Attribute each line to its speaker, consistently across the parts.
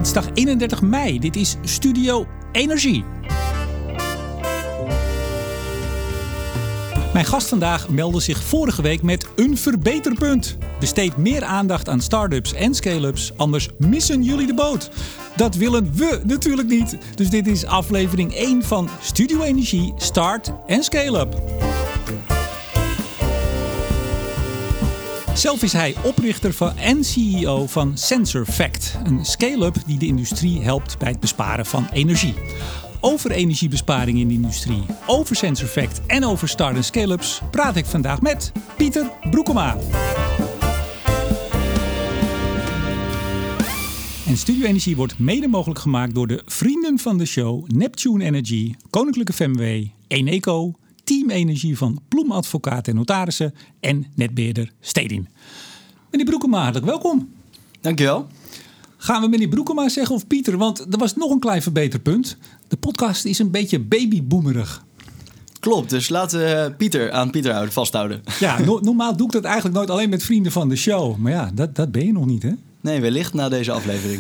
Speaker 1: dinsdag 31 mei. Dit is Studio Energie. Mijn gast vandaag meldde zich vorige week met een verbeterpunt. Besteed meer aandacht aan start-ups en scale-ups, anders missen jullie de boot. Dat willen we natuurlijk niet. Dus dit is aflevering 1 van Studio Energie, Start en Scale-up. Zelf is hij oprichter en CEO van SensorFact, een scale-up die de industrie helpt bij het besparen van energie. Over energiebesparing in de industrie, over SensorFact en over start- en scale-ups praat ik vandaag met Pieter Broekema. En Studio Energie wordt mede mogelijk gemaakt door de vrienden van de show Neptune Energy, Koninklijke FMW, Eneco, Team Energie van Ploem Advocaat en Notarissen en netbeheerder Stedin. Meneer Broekema, hartelijk welkom.
Speaker 2: Dankjewel. Gaan we
Speaker 1: meneer Broekema zeggen of Pieter? Want er was nog een klein verbeterpunt. De podcast is een beetje babyboomerig.
Speaker 2: Klopt, dus laten we Pieter vasthouden.
Speaker 1: Ja, normaal doe ik dat eigenlijk nooit alleen met vrienden van de show. Maar ja, dat ben je nog niet, hè?
Speaker 2: Nee, wellicht na deze aflevering.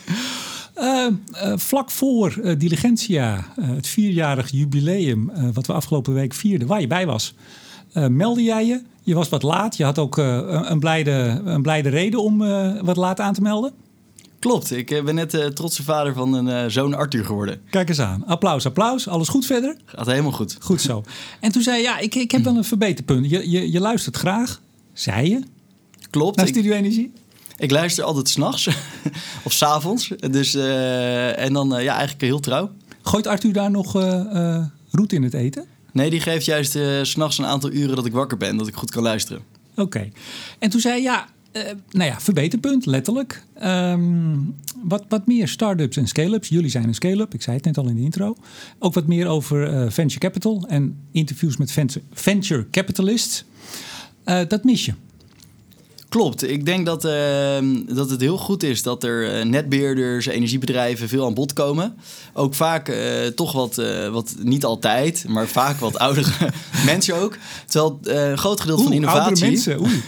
Speaker 1: Vlak voor Diligentia, het 4-jarig jubileum wat we afgelopen week vierden, waar je bij was, meldde jij je. Je was wat laat. Je had ook een blijde reden om wat laat aan te melden.
Speaker 2: Klopt, ik ben net trotse vader van een zoon Arthur geworden.
Speaker 1: Kijk eens aan. Applaus. Alles goed verder?
Speaker 2: Gaat helemaal goed.
Speaker 1: Goed zo. En toen zei je, ik heb wel een verbeterpunt. Je luistert graag, zei je.
Speaker 2: Klopt.
Speaker 1: Naar Studio Energie?
Speaker 2: Ik luister altijd 's nachts of 's avonds. Dus, en dan eigenlijk heel trouw.
Speaker 1: Gooit Arthur daar nog roet in het eten?
Speaker 2: Nee, die geeft juist 's nachts een aantal uren dat ik wakker ben. Dat ik goed kan luisteren.
Speaker 1: Oké. En toen zei je, verbeterpunt, letterlijk. Wat meer start-ups en scale-ups. Jullie zijn een scale-up, ik zei het net al in de intro. Ook wat meer over venture capital en interviews met venture capitalists. Dat mis je.
Speaker 2: Klopt. Ik denk dat het heel goed is dat er netbeheerders, energiebedrijven veel aan bod komen. Ook vaak toch wat, niet altijd, maar vaak wat oudere mensen ook. Terwijl een groot gedeelte van innovatie...
Speaker 1: Oudere mensen, oei.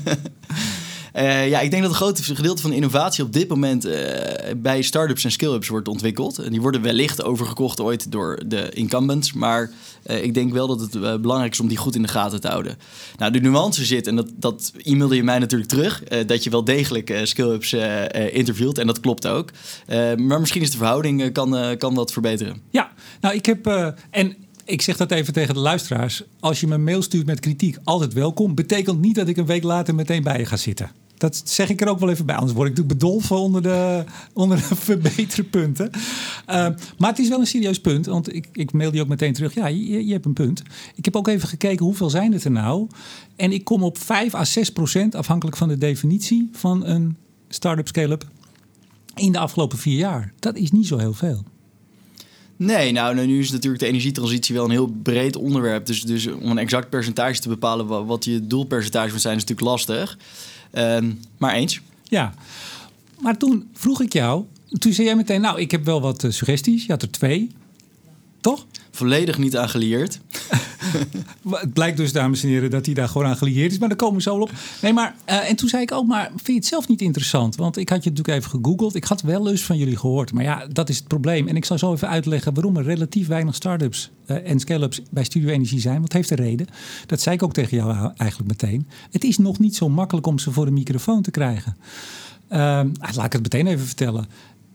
Speaker 2: Ik denk dat een groot gedeelte van de innovatie op dit moment bij start-ups en scale-ups wordt ontwikkeld. En die worden wellicht overgekocht ooit door de incumbents. Maar ik denk wel dat het belangrijk is om die goed in de gaten te houden. Nou, de nuance zit, en dat e-mailde je mij natuurlijk terug, dat je wel degelijk scale-ups interviewt. En dat klopt ook. Maar misschien is de verhouding kan wat verbeteren.
Speaker 1: Ja, nou ik heb... Ik zeg dat even tegen de luisteraars. Als je me een mail stuurt met kritiek, altijd welkom. Betekent niet dat ik een week later meteen bij je ga zitten. Dat zeg ik er ook wel even bij. Anders word ik natuurlijk bedolven onder de verbeterpunten. Maar het is wel een serieus punt. Want ik mailde je ook meteen terug. Ja, je hebt een punt. Ik heb ook even gekeken hoeveel zijn het er nou. En ik kom op 5-6%, afhankelijk van de definitie van een start-up scale-up, in de afgelopen 4 jaar. Dat is niet zo heel veel.
Speaker 2: Nee, nu is natuurlijk de energietransitie wel een heel breed onderwerp. Dus om een exact percentage te bepalen wat je doelpercentage moet zijn, is natuurlijk lastig. Maar eens.
Speaker 1: Ja, maar toen vroeg ik jou, toen zei jij meteen, ik heb wel wat suggesties. Je had er 2, toch?
Speaker 2: Volledig niet aan gelieerd.
Speaker 1: Het blijkt dus, dames en heren, dat hij daar gewoon aan gelieerd is. Maar daar komen we zo op. Nee, maar en toen zei ik ook, maar vind je het zelf niet interessant? Want ik had je natuurlijk even gegoogeld. Ik had wel eens van jullie gehoord. Maar ja, dat is het probleem. En ik zal zo even uitleggen waarom er relatief weinig start-ups en scale-ups bij Studio Energie zijn. Want het heeft een reden. Dat zei ik ook tegen jou eigenlijk meteen. Het is nog niet zo makkelijk om ze voor een microfoon te krijgen. Laat ik het meteen even vertellen.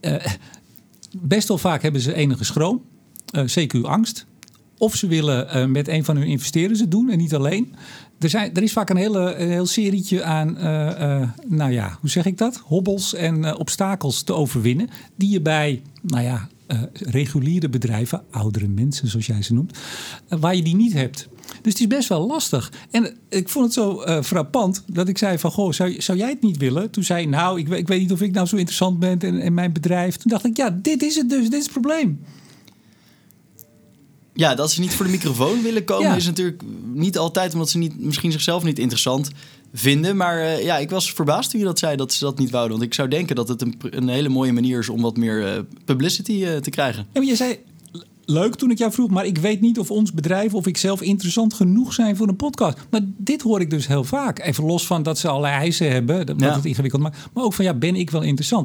Speaker 1: Best wel vaak hebben ze enige schroom. CQ angst. Of ze willen met een van hun investeerders het doen en niet alleen. Er is vaak een heel serietje aan, hoe zeg ik dat? Hobbels en obstakels te overwinnen. Die je bij, reguliere bedrijven, oudere mensen zoals jij ze noemt, waar je die niet hebt. Dus het is best wel lastig. En ik vond het zo frappant dat ik zei van, goh, zou jij het niet willen? Toen zei ik weet niet of ik nou zo interessant ben en mijn bedrijf. Toen dacht ik, ja, dit is het dus, dit is het probleem.
Speaker 2: Ja, dat ze niet voor de microfoon willen komen is natuurlijk niet altijd omdat ze misschien zichzelf niet interessant vinden. Maar ik was verbaasd toen je dat zei, dat ze dat niet wouden. Want ik zou denken dat het een hele mooie manier is om wat meer publicity te krijgen.
Speaker 1: Ja, maar je zei, leuk toen ik jou vroeg, maar ik weet niet of ons bedrijf of ik zelf interessant genoeg zijn voor een podcast. Maar dit hoor ik dus heel vaak. Even los van dat ze allerlei eisen hebben, dat het ingewikkeld maakt. Maar ook van, ben ik wel interessant?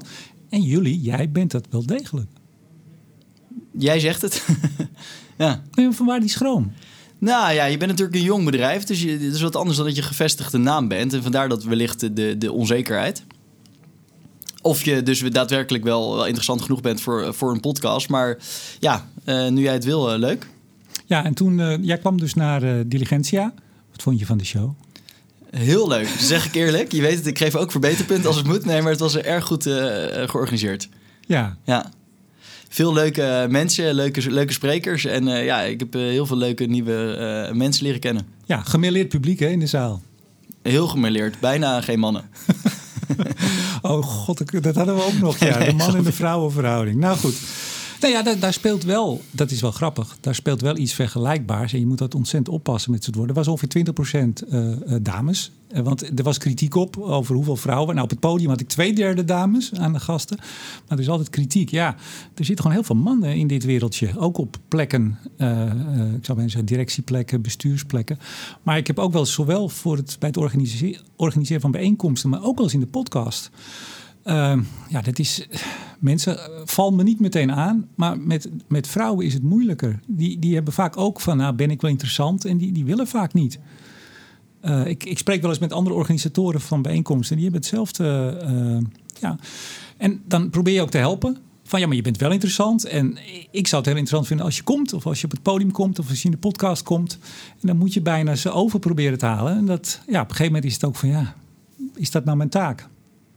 Speaker 1: En jij bent dat wel degelijk.
Speaker 2: Jij zegt het. Ja.
Speaker 1: Nee, maar vanwaar die schroom?
Speaker 2: Nou ja, je bent natuurlijk een jong bedrijf. Dus het is wat anders dan dat je gevestigde naam bent. En vandaar dat wellicht de onzekerheid. Of je dus daadwerkelijk wel interessant genoeg bent voor een podcast. Maar ja, nu jij het wil, leuk.
Speaker 1: Ja, en toen, jij kwam dus naar Diligentia. Wat vond je van de show?
Speaker 2: Heel leuk, zeg ik eerlijk. Je weet het, ik geef ook verbeterpunten als het moet. Nee, maar het was erg goed georganiseerd.
Speaker 1: Ja.
Speaker 2: Veel leuke mensen, leuke sprekers. En ik heb heel veel leuke nieuwe mensen leren kennen.
Speaker 1: Ja, gemêleerd publiek hè, in de zaal.
Speaker 2: Heel gemêleerd, bijna geen mannen.
Speaker 1: Oh god, dat hadden we ook nog. Ja, de man- en de vrouwenverhouding. Nou goed. Nou ja, daar speelt wel, dat is wel grappig, daar speelt wel iets vergelijkbaars. En je moet dat ontzettend oppassen met soort woorden. Er was ongeveer 20% dames. Want er was kritiek over hoeveel vrouwen. Nou, op het podium had ik 2/3 dames aan de gasten. Maar er is altijd kritiek. Ja, er zitten gewoon heel veel mannen in dit wereldje. Ook op plekken, ik zou bijna zeggen directieplekken, bestuursplekken. Maar ik heb ook wel zowel bij het organiseren van bijeenkomsten, maar ook wel eens in de podcast. Dat is. Mensen vallen me niet meteen aan, maar met vrouwen is het moeilijker. Die hebben vaak ook van, ben ik wel interessant? En die willen vaak niet. Ik spreek wel eens met andere organisatoren van bijeenkomsten. Die hebben hetzelfde. En dan probeer je ook te helpen. Van maar je bent wel interessant. En ik zou het heel interessant vinden als je komt. Of als je op het podium komt. Of als je in de podcast komt. En dan moet je bijna ze over proberen te halen. En dat, op een gegeven moment is het ook van, is dat nou mijn taak?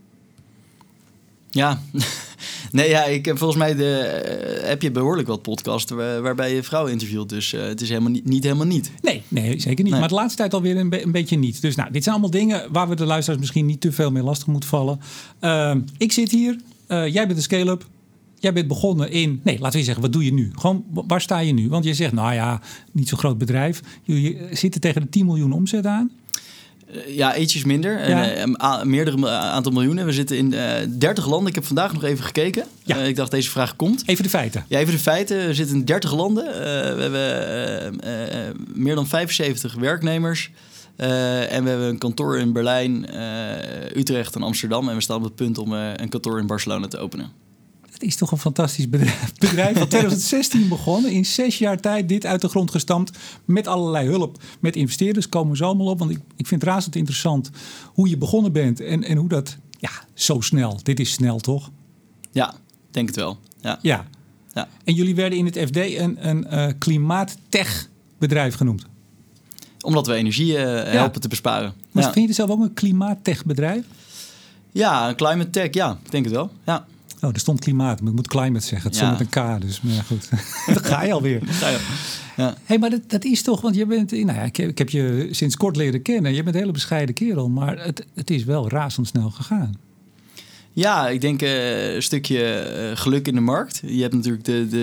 Speaker 2: Ja, nee, ik heb volgens mij heb je behoorlijk wat podcasts waarbij je vrouwen interviewt. Dus het is helemaal niet.
Speaker 1: Nee, zeker niet.
Speaker 2: Nee.
Speaker 1: Maar de laatste tijd alweer een beetje niet. Dus dit zijn allemaal dingen waar we de luisteraars misschien niet te veel meer lastig moeten vallen. Ik zit hier, jij bent een scale-up. Jij bent begonnen in... Nee, laten we zeggen, wat doe je nu? Gewoon, waar sta je nu? Want je zegt, niet zo'n groot bedrijf. Jullie zitten tegen de 10 miljoen omzet aan.
Speaker 2: Ja, ietsjes minder.
Speaker 1: Ja.
Speaker 2: Meerdere aantal miljoenen. We zitten in 30 landen. Ik heb vandaag nog even gekeken. Ja. Ik dacht, deze vraag komt.
Speaker 1: Even de feiten.
Speaker 2: Ja, even de feiten. We zitten in 30 landen. We hebben meer dan 75 werknemers. En we hebben een kantoor in Berlijn, Utrecht en Amsterdam. En we staan op het punt om een kantoor in Barcelona te openen.
Speaker 1: Het is toch een fantastisch bedrijf. Van 2016 begonnen. In 6 jaar tijd dit uit de grond gestampt. Met allerlei hulp. Met investeerders komen we zo allemaal op. Want ik vind het razend interessant hoe je begonnen bent. En hoe dat... zo snel. Dit is snel, toch?
Speaker 2: Ja, denk het wel. Ja.
Speaker 1: En jullie werden in het FD een klimaattech bedrijf genoemd.
Speaker 2: Omdat we energie helpen te besparen.
Speaker 1: Maar vind je het zelf ook een klimaattech bedrijf?
Speaker 2: Ja, een climate tech. Ja, ik denk het wel. Ja.
Speaker 1: Oh, er stond klimaat, maar ik moet climate zeggen. Het stond met een K, dus maar goed. Dan ga je alweer.
Speaker 2: Ja.
Speaker 1: Hey, maar dat is toch, want je bent... ik heb je sinds kort leren kennen. Je bent een hele bescheiden kerel, maar het is wel razendsnel gegaan.
Speaker 2: Ja, ik denk een stukje geluk in de markt. Je hebt natuurlijk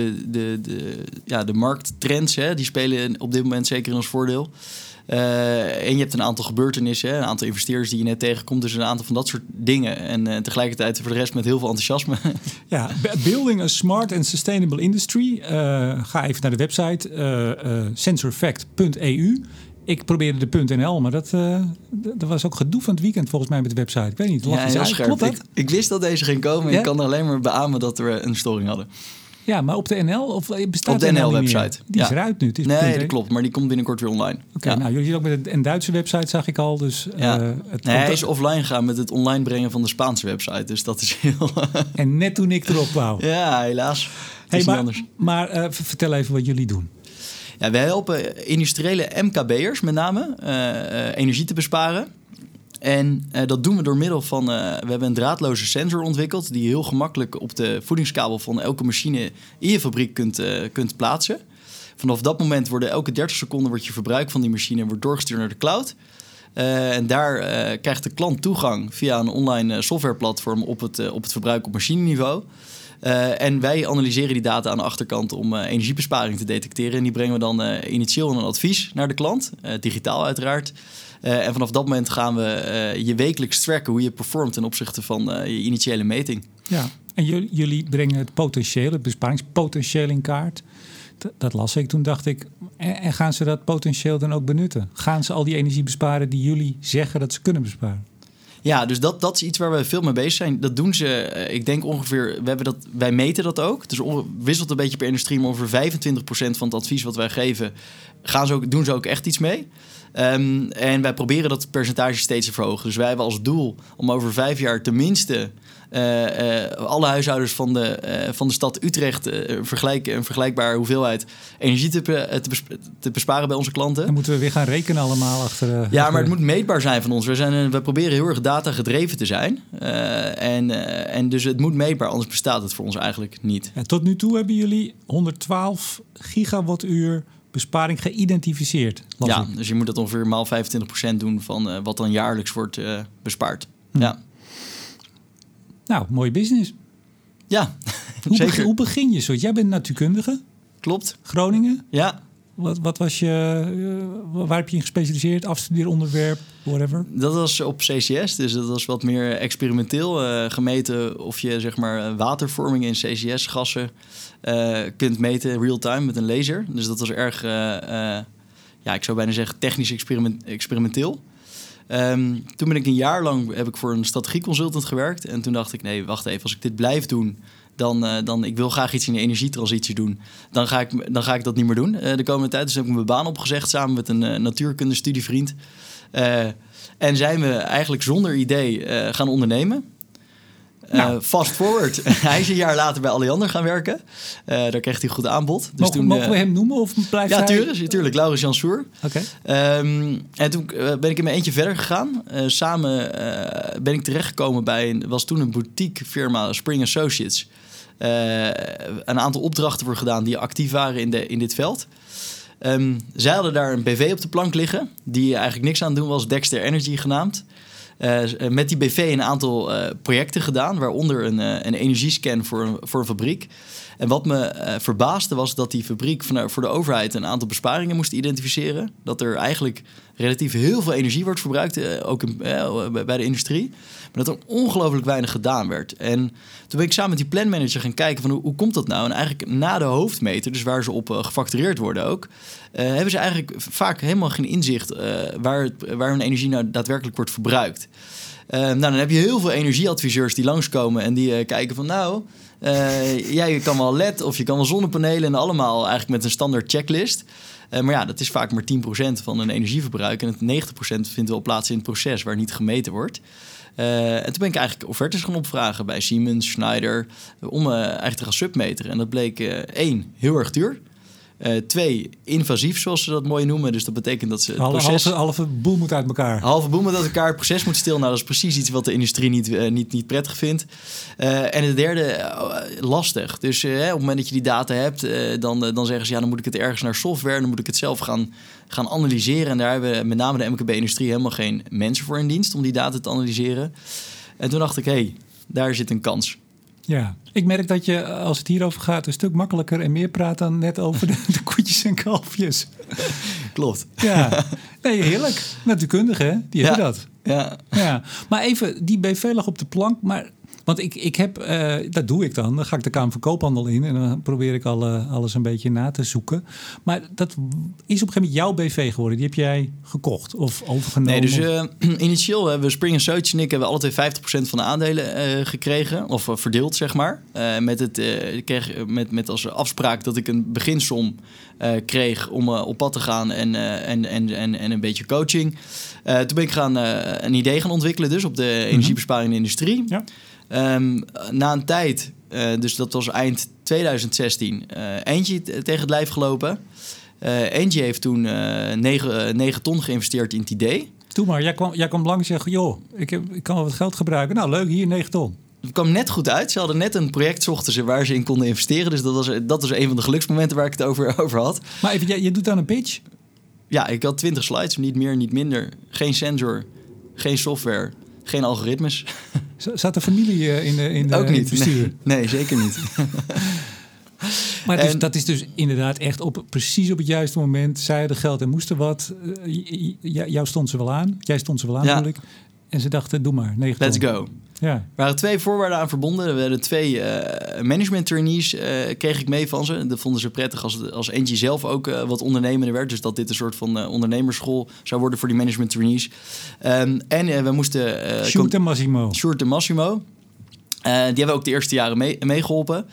Speaker 2: de markttrends, hè, die spelen op dit moment zeker in ons voordeel. En je hebt een aantal gebeurtenissen, een aantal investeerders die je net tegenkomt. Dus een aantal van dat soort dingen. En tegelijkertijd voor de rest met heel veel enthousiasme. Ja,
Speaker 1: Building a Smart and Sustainable Industry. Ga even naar de website sensorfact.eu. Ik probeerde de .nl, maar dat was ook gedoe van het weekend volgens mij met de website. Ik weet niet,
Speaker 2: heel scherp. Klopt dat? Ik wist dat deze ging komen. Ja? Ik kan er alleen maar beamen dat we een storing hadden.
Speaker 1: Ja, maar op de NL? Of bestaat
Speaker 2: op de NL-website.
Speaker 1: Die is eruit nu.
Speaker 2: Nee, dat klopt. Maar die komt binnenkort weer online.
Speaker 1: Oké, nou, jullie zitten ook met een Duitse website, zag ik al. Dus,
Speaker 2: hij is offline gegaan met het online brengen van de Spaanse website. Dus dat is heel...
Speaker 1: En net toen ik erop wou.
Speaker 2: Ja, helaas. Niet anders.
Speaker 1: Maar vertel even wat jullie doen.
Speaker 2: Ja, wij helpen industriële MKB'ers met name energie te besparen. En dat doen we door middel van... we hebben een draadloze sensor ontwikkeld... die je heel gemakkelijk op de voedingskabel van elke machine in je fabriek kunt plaatsen. Vanaf dat moment elke 30 seconden wordt je verbruik van die machine wordt doorgestuurd naar de cloud. En daar krijgt de klant toegang via een online softwareplatform op het verbruik op machineniveau. En wij analyseren die data aan de achterkant om energiebesparing te detecteren. En die brengen we dan initieel in een advies naar de klant, digitaal uiteraard. En vanaf dat moment gaan we je wekelijks tracken hoe je performt ten opzichte van je initiële meting.
Speaker 1: Ja, en jullie brengen het besparingspotentieel in kaart. Dat las ik. Toen dacht ik, en gaan ze dat potentieel dan ook benutten? Gaan ze al die energie besparen die jullie zeggen dat ze kunnen besparen?
Speaker 2: Ja, dus dat is iets waar we veel mee bezig zijn. Dat doen ze, ik denk ongeveer, wij meten dat ook. Dus wisselt een beetje per industrie, maar ongeveer 25% van het advies wat wij geven, doen ze ook echt iets mee. En wij proberen dat percentage steeds te verhogen. Dus wij hebben als doel om over 5 jaar tenminste alle huishoudens van de stad Utrecht een vergelijkbare hoeveelheid energie te besparen bij onze klanten.
Speaker 1: Dan moeten we weer gaan rekenen allemaal achter.
Speaker 2: Ja, maar het moet meetbaar zijn van ons. We proberen heel erg data gedreven te zijn. En dus het moet meetbaar, anders bestaat het voor ons eigenlijk niet.
Speaker 1: En tot nu toe hebben jullie 112 gigawattuur besparing geïdentificeerd.
Speaker 2: Ja, dus je moet dat ongeveer maal 25% doen van wat dan jaarlijks wordt bespaard. Ja.
Speaker 1: Nou, mooie business.
Speaker 2: Ja, zeker.
Speaker 1: Hoe begin je zo? Jij bent natuurkundige.
Speaker 2: Klopt.
Speaker 1: Groningen.
Speaker 2: Ja.
Speaker 1: Wat was waar heb je in gespecialiseerd? Afstudeeronderwerp, whatever?
Speaker 2: Dat was op CCS, dus dat was wat meer experimenteel. Gemeten of je zeg maar watervorming in CCS-gassen kunt meten real-time met een laser. Dus dat was erg, ik zou bijna zeggen technisch experimenteel. Toen ben ik een jaar lang heb ik voor een strategieconsultant gewerkt. En toen dacht ik, nee, wacht even, als ik dit blijf doen, dan ik wil graag iets in de energietransitie doen. Dan ga ik dat niet meer doen de komende tijd. Dus heb ik mijn baan opgezegd samen met een natuurkundestudievriend. En zijn we eigenlijk zonder idee gaan ondernemen. Fast forward. Hij is een jaar later bij Alliander gaan werken. Daar kreeg hij een goed aanbod. Dus
Speaker 1: mogen we hem noemen of blijft hij?
Speaker 2: Ja, tuurlijk. Laurens Jansoer.
Speaker 1: Okay.
Speaker 2: En toen ben ik in mijn eentje verder gegaan. Samen ben ik terechtgekomen was toen een boutique firma, Spring Associates. Een aantal opdrachten voor gedaan die actief waren in dit veld. Zij hadden daar een BV op de plank liggen, die eigenlijk niks aan het doen was, Dexter Energy genaamd. Met die BV een aantal projecten gedaan, waaronder een energiescan voor een fabriek. En wat me verbaasde was dat die fabriek voor de overheid een aantal besparingen moest identificeren. Dat er eigenlijk relatief heel veel energie wordt verbruikt, ook bij de industrie. Maar dat er ongelooflijk weinig gedaan werd. En toen ben ik samen met die planmanager gaan kijken van hoe komt dat nou? En eigenlijk na de hoofdmeter, dus waar ze op gefactureerd worden ook, hebben ze eigenlijk vaak helemaal geen inzicht waar hun energie nou daadwerkelijk wordt verbruikt. Dan heb je heel veel energieadviseurs die langskomen en die kijken van je kan wel LED of je kan wel zonnepanelen en allemaal eigenlijk met een standaard checklist. Maar ja, dat is vaak maar 10% van een energieverbruik en het 90% vindt wel plaats in het proces waar niet gemeten wordt. En toen ben ik eigenlijk offertes gaan opvragen bij Siemens, Schneider, om eigenlijk te gaan submeteren. En dat bleek 1, heel erg duur. 2, invasief, zoals ze dat mooi noemen. Dus dat betekent dat ze het proces...
Speaker 1: Halve boel moet uit elkaar.
Speaker 2: Halve boel moet uit elkaar. Het proces moet stil. Nou, dat is precies iets wat de industrie niet prettig vindt. En het derde, lastig. Dus op het moment dat je die data hebt, dan zeggen ze, dan moet ik het ergens naar software. Dan moet ik het zelf gaan analyseren. En daar hebben met name de MKB-industrie helemaal geen mensen voor in dienst om die data te analyseren. En toen dacht ik, daar zit een kans.
Speaker 1: Ja, ik merk dat je, als het hierover gaat, een stuk makkelijker en meer praat dan net over de koetjes en kalfjes.
Speaker 2: Klopt.
Speaker 1: Ja, nee, heerlijk. Natuurkundige, hè? Die hebben dat.
Speaker 2: Ja.
Speaker 1: Maar even, die BV lag op de plank, maar... Want ik heb, dat doe ik dan. Dan ga ik de Kamer van Koophandel in en dan probeer ik alles een beetje na te zoeken. Maar dat is op een gegeven moment jouw BV geworden. Die heb jij gekocht of overgenomen?
Speaker 2: Nee, dus initieel hebben Spring Associates en ik hebben alle 2 50% van de aandelen gekregen. Of verdeeld, zeg maar. Ik kreeg met als afspraak dat ik een beginsom kreeg om op pad te gaan en een beetje coaching. Toen ben ik een idee gaan ontwikkelen dus op de energiebesparing in de industrie. Ja. Na een tijd, dus dat was eind 2016, Engie tegen het lijf gelopen. Engie heeft toen 9 ton geïnvesteerd in het idee.
Speaker 1: Doe maar, jij kwam langs en zei, joh, ik kan wel wat geld gebruiken. Nou, leuk, hier 9 ton.
Speaker 2: Het kwam net goed uit. Ze hadden net een project zochten ze waar ze in konden investeren. Dus dat was een van de geluksmomenten waar ik het over had.
Speaker 1: Maar even, je doet dan een pitch?
Speaker 2: Ja, ik had 20 slides, niet meer, niet minder. Geen sensor, geen software, geen algoritmes.
Speaker 1: Zat de familie in de
Speaker 2: ook niet,
Speaker 1: bestuur?
Speaker 2: Nee, zeker niet.
Speaker 1: Maar dat is dus inderdaad echt precies op het juiste moment. Zij hadden geld en moesten wat. Jou stond ze wel aan. Jij stond ze wel aan, bedoel ik. En ze dachten, doe maar, 9 ton.
Speaker 2: Let's go.
Speaker 1: Ja.
Speaker 2: Er waren 2 voorwaarden aan verbonden. Er werden 2 management trainees, kreeg ik mee van ze. Dat vonden ze prettig als Engie zelf ook wat ondernemender werd. Dus dat dit een soort van ondernemersschool zou worden voor die management trainees. En we moesten...
Speaker 1: Sjoerd en Massimo.
Speaker 2: Sjoerd en Massimo. Die hebben ook de eerste jaren meegeholpen.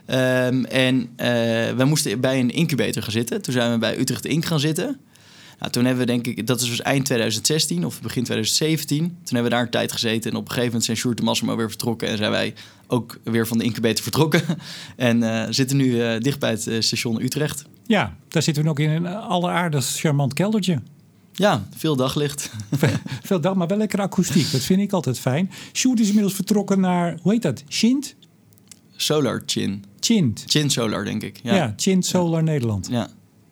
Speaker 2: We moesten bij een incubator gaan zitten. Toen zijn we bij Utrecht Inc. gaan zitten. Nou, toen hebben we denk ik, dat is dus eind 2016 of begin 2017. Toen hebben we daar een tijd gezeten. En op een gegeven moment zijn Sjoerd en Massimo weer vertrokken. En zijn wij ook weer van de incubator vertrokken. En zitten nu dicht bij het station Utrecht.
Speaker 1: Ja, daar zitten we ook in een alleraardig charmant keldertje.
Speaker 2: Ja, veel daglicht.
Speaker 1: Veel dag, maar wel lekker akoestiek. Dat vind ik altijd fijn. Sjoerd is inmiddels vertrokken naar, hoe heet dat? Chint?
Speaker 2: Solar Chin.
Speaker 1: Chint.
Speaker 2: Chin Solar, denk ik.
Speaker 1: Ja, Chint Solar Nederland.
Speaker 2: Ja.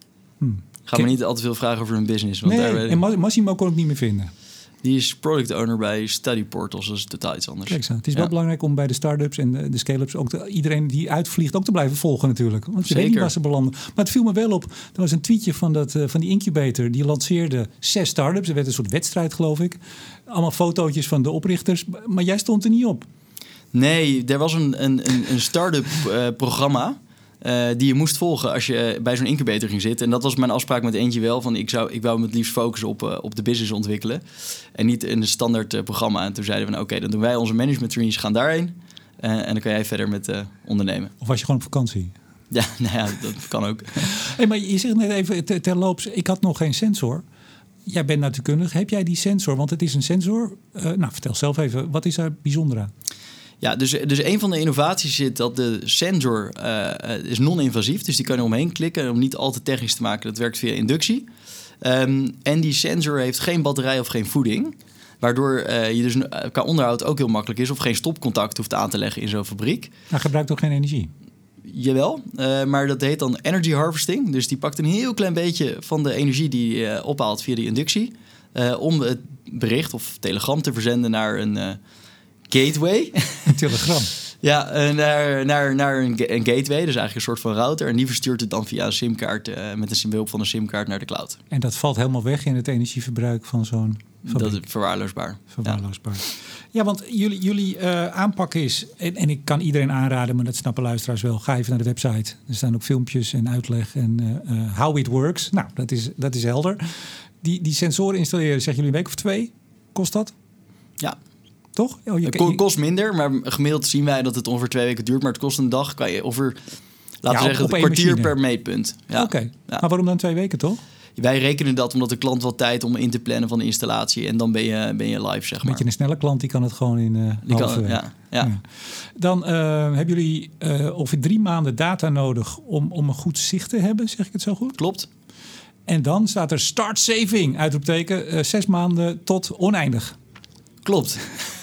Speaker 2: Ga me niet al te veel vragen over hun business. Want
Speaker 1: nee, en Massimo kon ik niet meer vinden.
Speaker 2: Die is product owner bij Study Portals. Dat is totaal iets anders.
Speaker 1: Kijk zo. Het is wel belangrijk om bij de start-ups en de scale-ups ook iedereen die uitvliegt ook te blijven volgen natuurlijk. Want je weet niet waar ze belanden. Maar het viel me wel op. Er was een tweetje van die incubator. Die lanceerde 6 start-ups. Er werd een soort wedstrijd, geloof ik. Allemaal fotootjes van de oprichters. Maar jij stond er niet op.
Speaker 2: Nee, er was een start-up programma. Die je moest volgen als je bij zo'n incubator ging zitten. En dat was mijn afspraak met Engie wel. Van ik wou me het liefst focussen op de business ontwikkelen. En niet in een standaard programma. En toen zeiden we, oké, dan doen wij onze management trainees gaan daarheen. En dan kan jij verder met ondernemen.
Speaker 1: Of was je gewoon op vakantie?
Speaker 2: Ja, nou ja, dat kan ook.
Speaker 1: Hey, maar je zegt net even terloops, ik had nog geen sensor. Jij bent natuurkundig. Heb jij die sensor? Want het is een sensor. Nou, vertel zelf even, wat is daar bijzonder aan?
Speaker 2: Ja, dus een van de innovaties zit dat de sensor is non-invasief. Dus die kan je omheen klikken om niet al te technisch te maken. Dat werkt via inductie. En die sensor heeft geen batterij of geen voeding. Waardoor je dus qua onderhoud ook heel makkelijk is. Of geen stopcontact hoeft aan te leggen in zo'n fabriek.
Speaker 1: Maar gebruikt ook geen energie?
Speaker 2: Jawel, maar dat heet dan energy harvesting. Dus die pakt een heel klein beetje van de energie die je ophaalt via die inductie. Om het bericht of telegram te verzenden naar een gateway.
Speaker 1: Een telegram.
Speaker 2: Ja, naar een gateway. Dus eigenlijk een soort van router. En die verstuurt het dan via een simkaart met een behulp van een simkaart naar de cloud.
Speaker 1: En dat valt helemaal weg in het energieverbruik van zo'n fabriek.
Speaker 2: Dat is verwaarloosbaar.
Speaker 1: Verwaarloosbaar. Ja, want jullie aanpak is, en ik kan iedereen aanraden, maar dat snappen luisteraars wel. Ga even naar de website. Er staan ook filmpjes en uitleg en how it works. Nou, dat is helder. Die sensoren installeren, zeggen jullie een week of 2? Kost dat?
Speaker 2: Ja.
Speaker 1: Toch?
Speaker 2: Het kost minder, maar gemiddeld zien wij dat het ongeveer 2 weken duurt. Maar het kost een dag, kan je laten we zeggen, een kwartier
Speaker 1: machine.
Speaker 2: Per meetpunt. Ja.
Speaker 1: Oké. Ja. Maar waarom dan 2 weken, toch?
Speaker 2: Wij rekenen dat omdat de klant wel tijd om in te plannen van de installatie. En dan ben je live, zeg maar.
Speaker 1: Beetje een snelle klant, die kan het gewoon in halve week.
Speaker 2: Ja.
Speaker 1: Dan hebben jullie ongeveer 3 maanden data nodig om een goed zicht te hebben. Zeg ik het zo goed?
Speaker 2: Klopt.
Speaker 1: En dan staat er start saving, uitroepteken, 6 maanden tot oneindig.
Speaker 2: Klopt.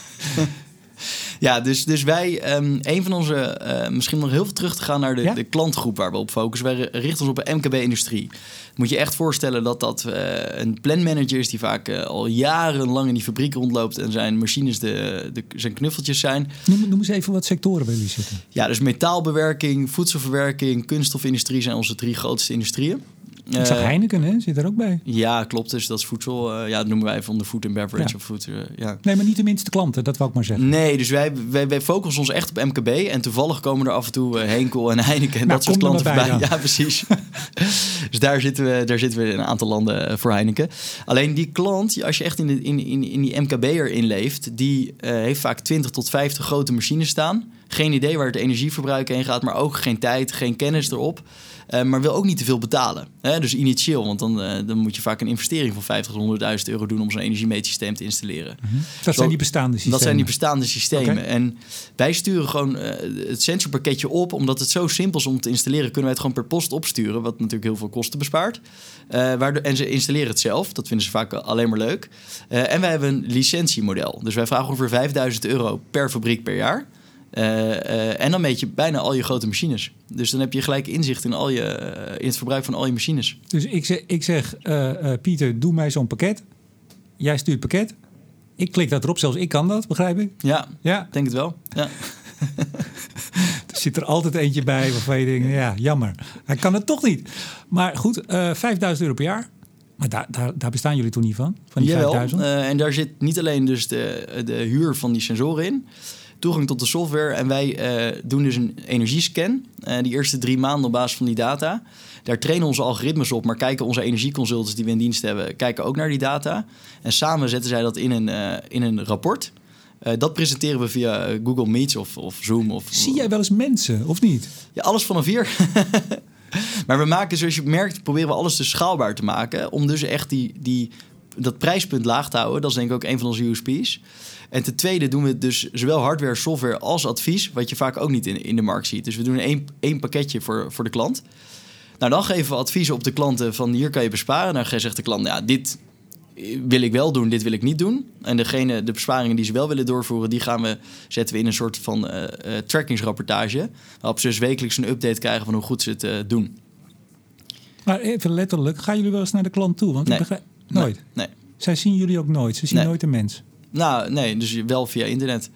Speaker 2: Ja, dus wij, een van onze, misschien nog heel veel terug te gaan naar de klantgroep waar we op focussen. Wij richten ons op een MKB-industrie. Moet je echt voorstellen dat een planmanager is die vaak al jarenlang in die fabriek rondloopt en zijn machines zijn knuffeltjes zijn.
Speaker 1: Noem eens even wat sectoren bij jullie zitten.
Speaker 2: Ja, dus metaalbewerking, voedselverwerking, kunststofindustrie zijn onze 3 grootste industrieën.
Speaker 1: Ik zag Heineken, hè? Zit er ook bij?
Speaker 2: Ja, klopt. Dus dat is voedsel. Dat noemen wij van de food and beverage.
Speaker 1: Ja.
Speaker 2: Of food, ja.
Speaker 1: Nee, maar niet de minste klanten, dat wou ik maar zeggen.
Speaker 2: Nee, dus wij focussen ons echt op MKB. En toevallig komen er af en toe Henkel en Heineken en dat soort klanten voorbij. Ja, precies. Dus daar zitten we in een aantal landen voor Heineken. Alleen die klant, als je echt in die MKB'er inleeft, die heeft vaak 20 tot 50 grote machines staan. Geen idee waar het energieverbruik heen gaat, maar ook geen tijd, geen kennis erop. Maar wil ook niet te veel betalen. Dus initieel, want dan moet je vaak een investering van 50 tot 100.000 euro doen om zo'n energiemeetsysteem te installeren.
Speaker 1: Mm-hmm. Dat zijn die bestaande systemen?
Speaker 2: Dat zijn die bestaande systemen. Okay. En wij sturen gewoon het sensorpakketje op. Omdat het zo simpel is om te installeren, kunnen wij het gewoon per post opsturen. Wat natuurlijk heel veel kosten bespaart. En ze installeren het zelf. Dat vinden ze vaak alleen maar leuk. En wij hebben een licentiemodel. Dus wij vragen ongeveer €5.000 per fabriek per jaar. En dan meet je bijna al je grote machines. Dus dan heb je gelijk inzicht in het verbruik van al je machines.
Speaker 1: Dus ik zeg Pieter, doe mij zo'n pakket. Jij stuurt het pakket. Ik klik dat erop, zelfs ik kan dat, begrijp ik?
Speaker 2: Ja. Denk het wel. Ja.
Speaker 1: Er zit er altijd eentje bij waarvan je denkt, ja, jammer. Hij kan het toch niet. Maar goed, €5.000 per jaar. Maar daar bestaan jullie toch niet van? Van die
Speaker 2: Jawel,
Speaker 1: 5000?
Speaker 2: en daar zit niet alleen dus de huur van die sensoren in, toegang tot de software. En wij doen dus een energiescan. Die eerste 3 maanden op basis van die data. Daar trainen onze algoritmes op, maar kijken onze energieconsultants die we in dienst hebben, kijken ook naar die data. En samen zetten zij dat in een rapport. Dat presenteren we via Google Meets of Zoom.
Speaker 1: Zie jij wel eens mensen, of niet?
Speaker 2: Ja, alles vanaf hier. Maar we maken, zoals je merkt, proberen we alles dus schaalbaar te maken. Om dus echt dat prijspunt laag te houden. Dat is denk ik ook een van onze USP's. En ten tweede doen we dus zowel hardware, software als advies. Wat je vaak ook niet in de markt ziet. Dus we doen één pakketje voor de klant. Nou, dan geven we adviezen op de klanten van hier kan je besparen. Dan zegt de klant, ja, dit wil ik wel doen, dit wil ik niet doen. En de besparingen die ze wel willen doorvoeren, die zetten we in een soort van trackingsrapportage. Waarop ze dus wekelijks een update krijgen van hoe goed ze het doen.
Speaker 1: Maar even letterlijk, gaan jullie wel eens naar de klant toe? Want
Speaker 2: Nee.
Speaker 1: Nooit?
Speaker 2: Nee.
Speaker 1: Zij zien jullie ook nooit? Ze zien nooit een mens?
Speaker 2: Nou, nee, dus wel via internet.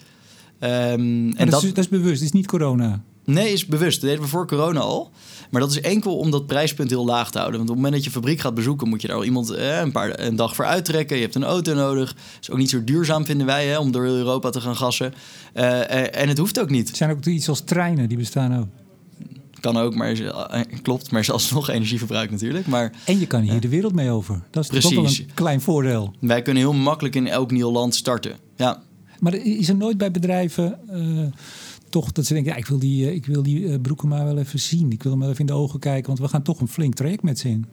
Speaker 1: Dat is bewust, het is niet corona?
Speaker 2: Nee, is bewust. Dat deden we voor corona al. Maar dat is enkel om dat prijspunt heel laag te houden. Want op het moment dat je fabriek gaat bezoeken, moet je daar al iemand een dag voor uittrekken. Je hebt een auto nodig. Dat is ook niet zo duurzaam, vinden wij, om door heel Europa te gaan gassen. En het hoeft ook niet.
Speaker 1: Er zijn ook iets als treinen, die bestaan ook.
Speaker 2: Kan ook, maar klopt. Maar zelfs nog energieverbruik natuurlijk. Maar,
Speaker 1: en je kan hier de wereld mee over. Dat is toch ook wel een klein voordeel.
Speaker 2: Wij kunnen heel makkelijk in elk nieuw land starten. Ja.
Speaker 1: Maar is er nooit bij bedrijven toch dat ze denken, ja, ik wil die broeken maar wel even zien. Ik wil hem wel even in de ogen kijken, want we gaan toch een flink traject met ze in.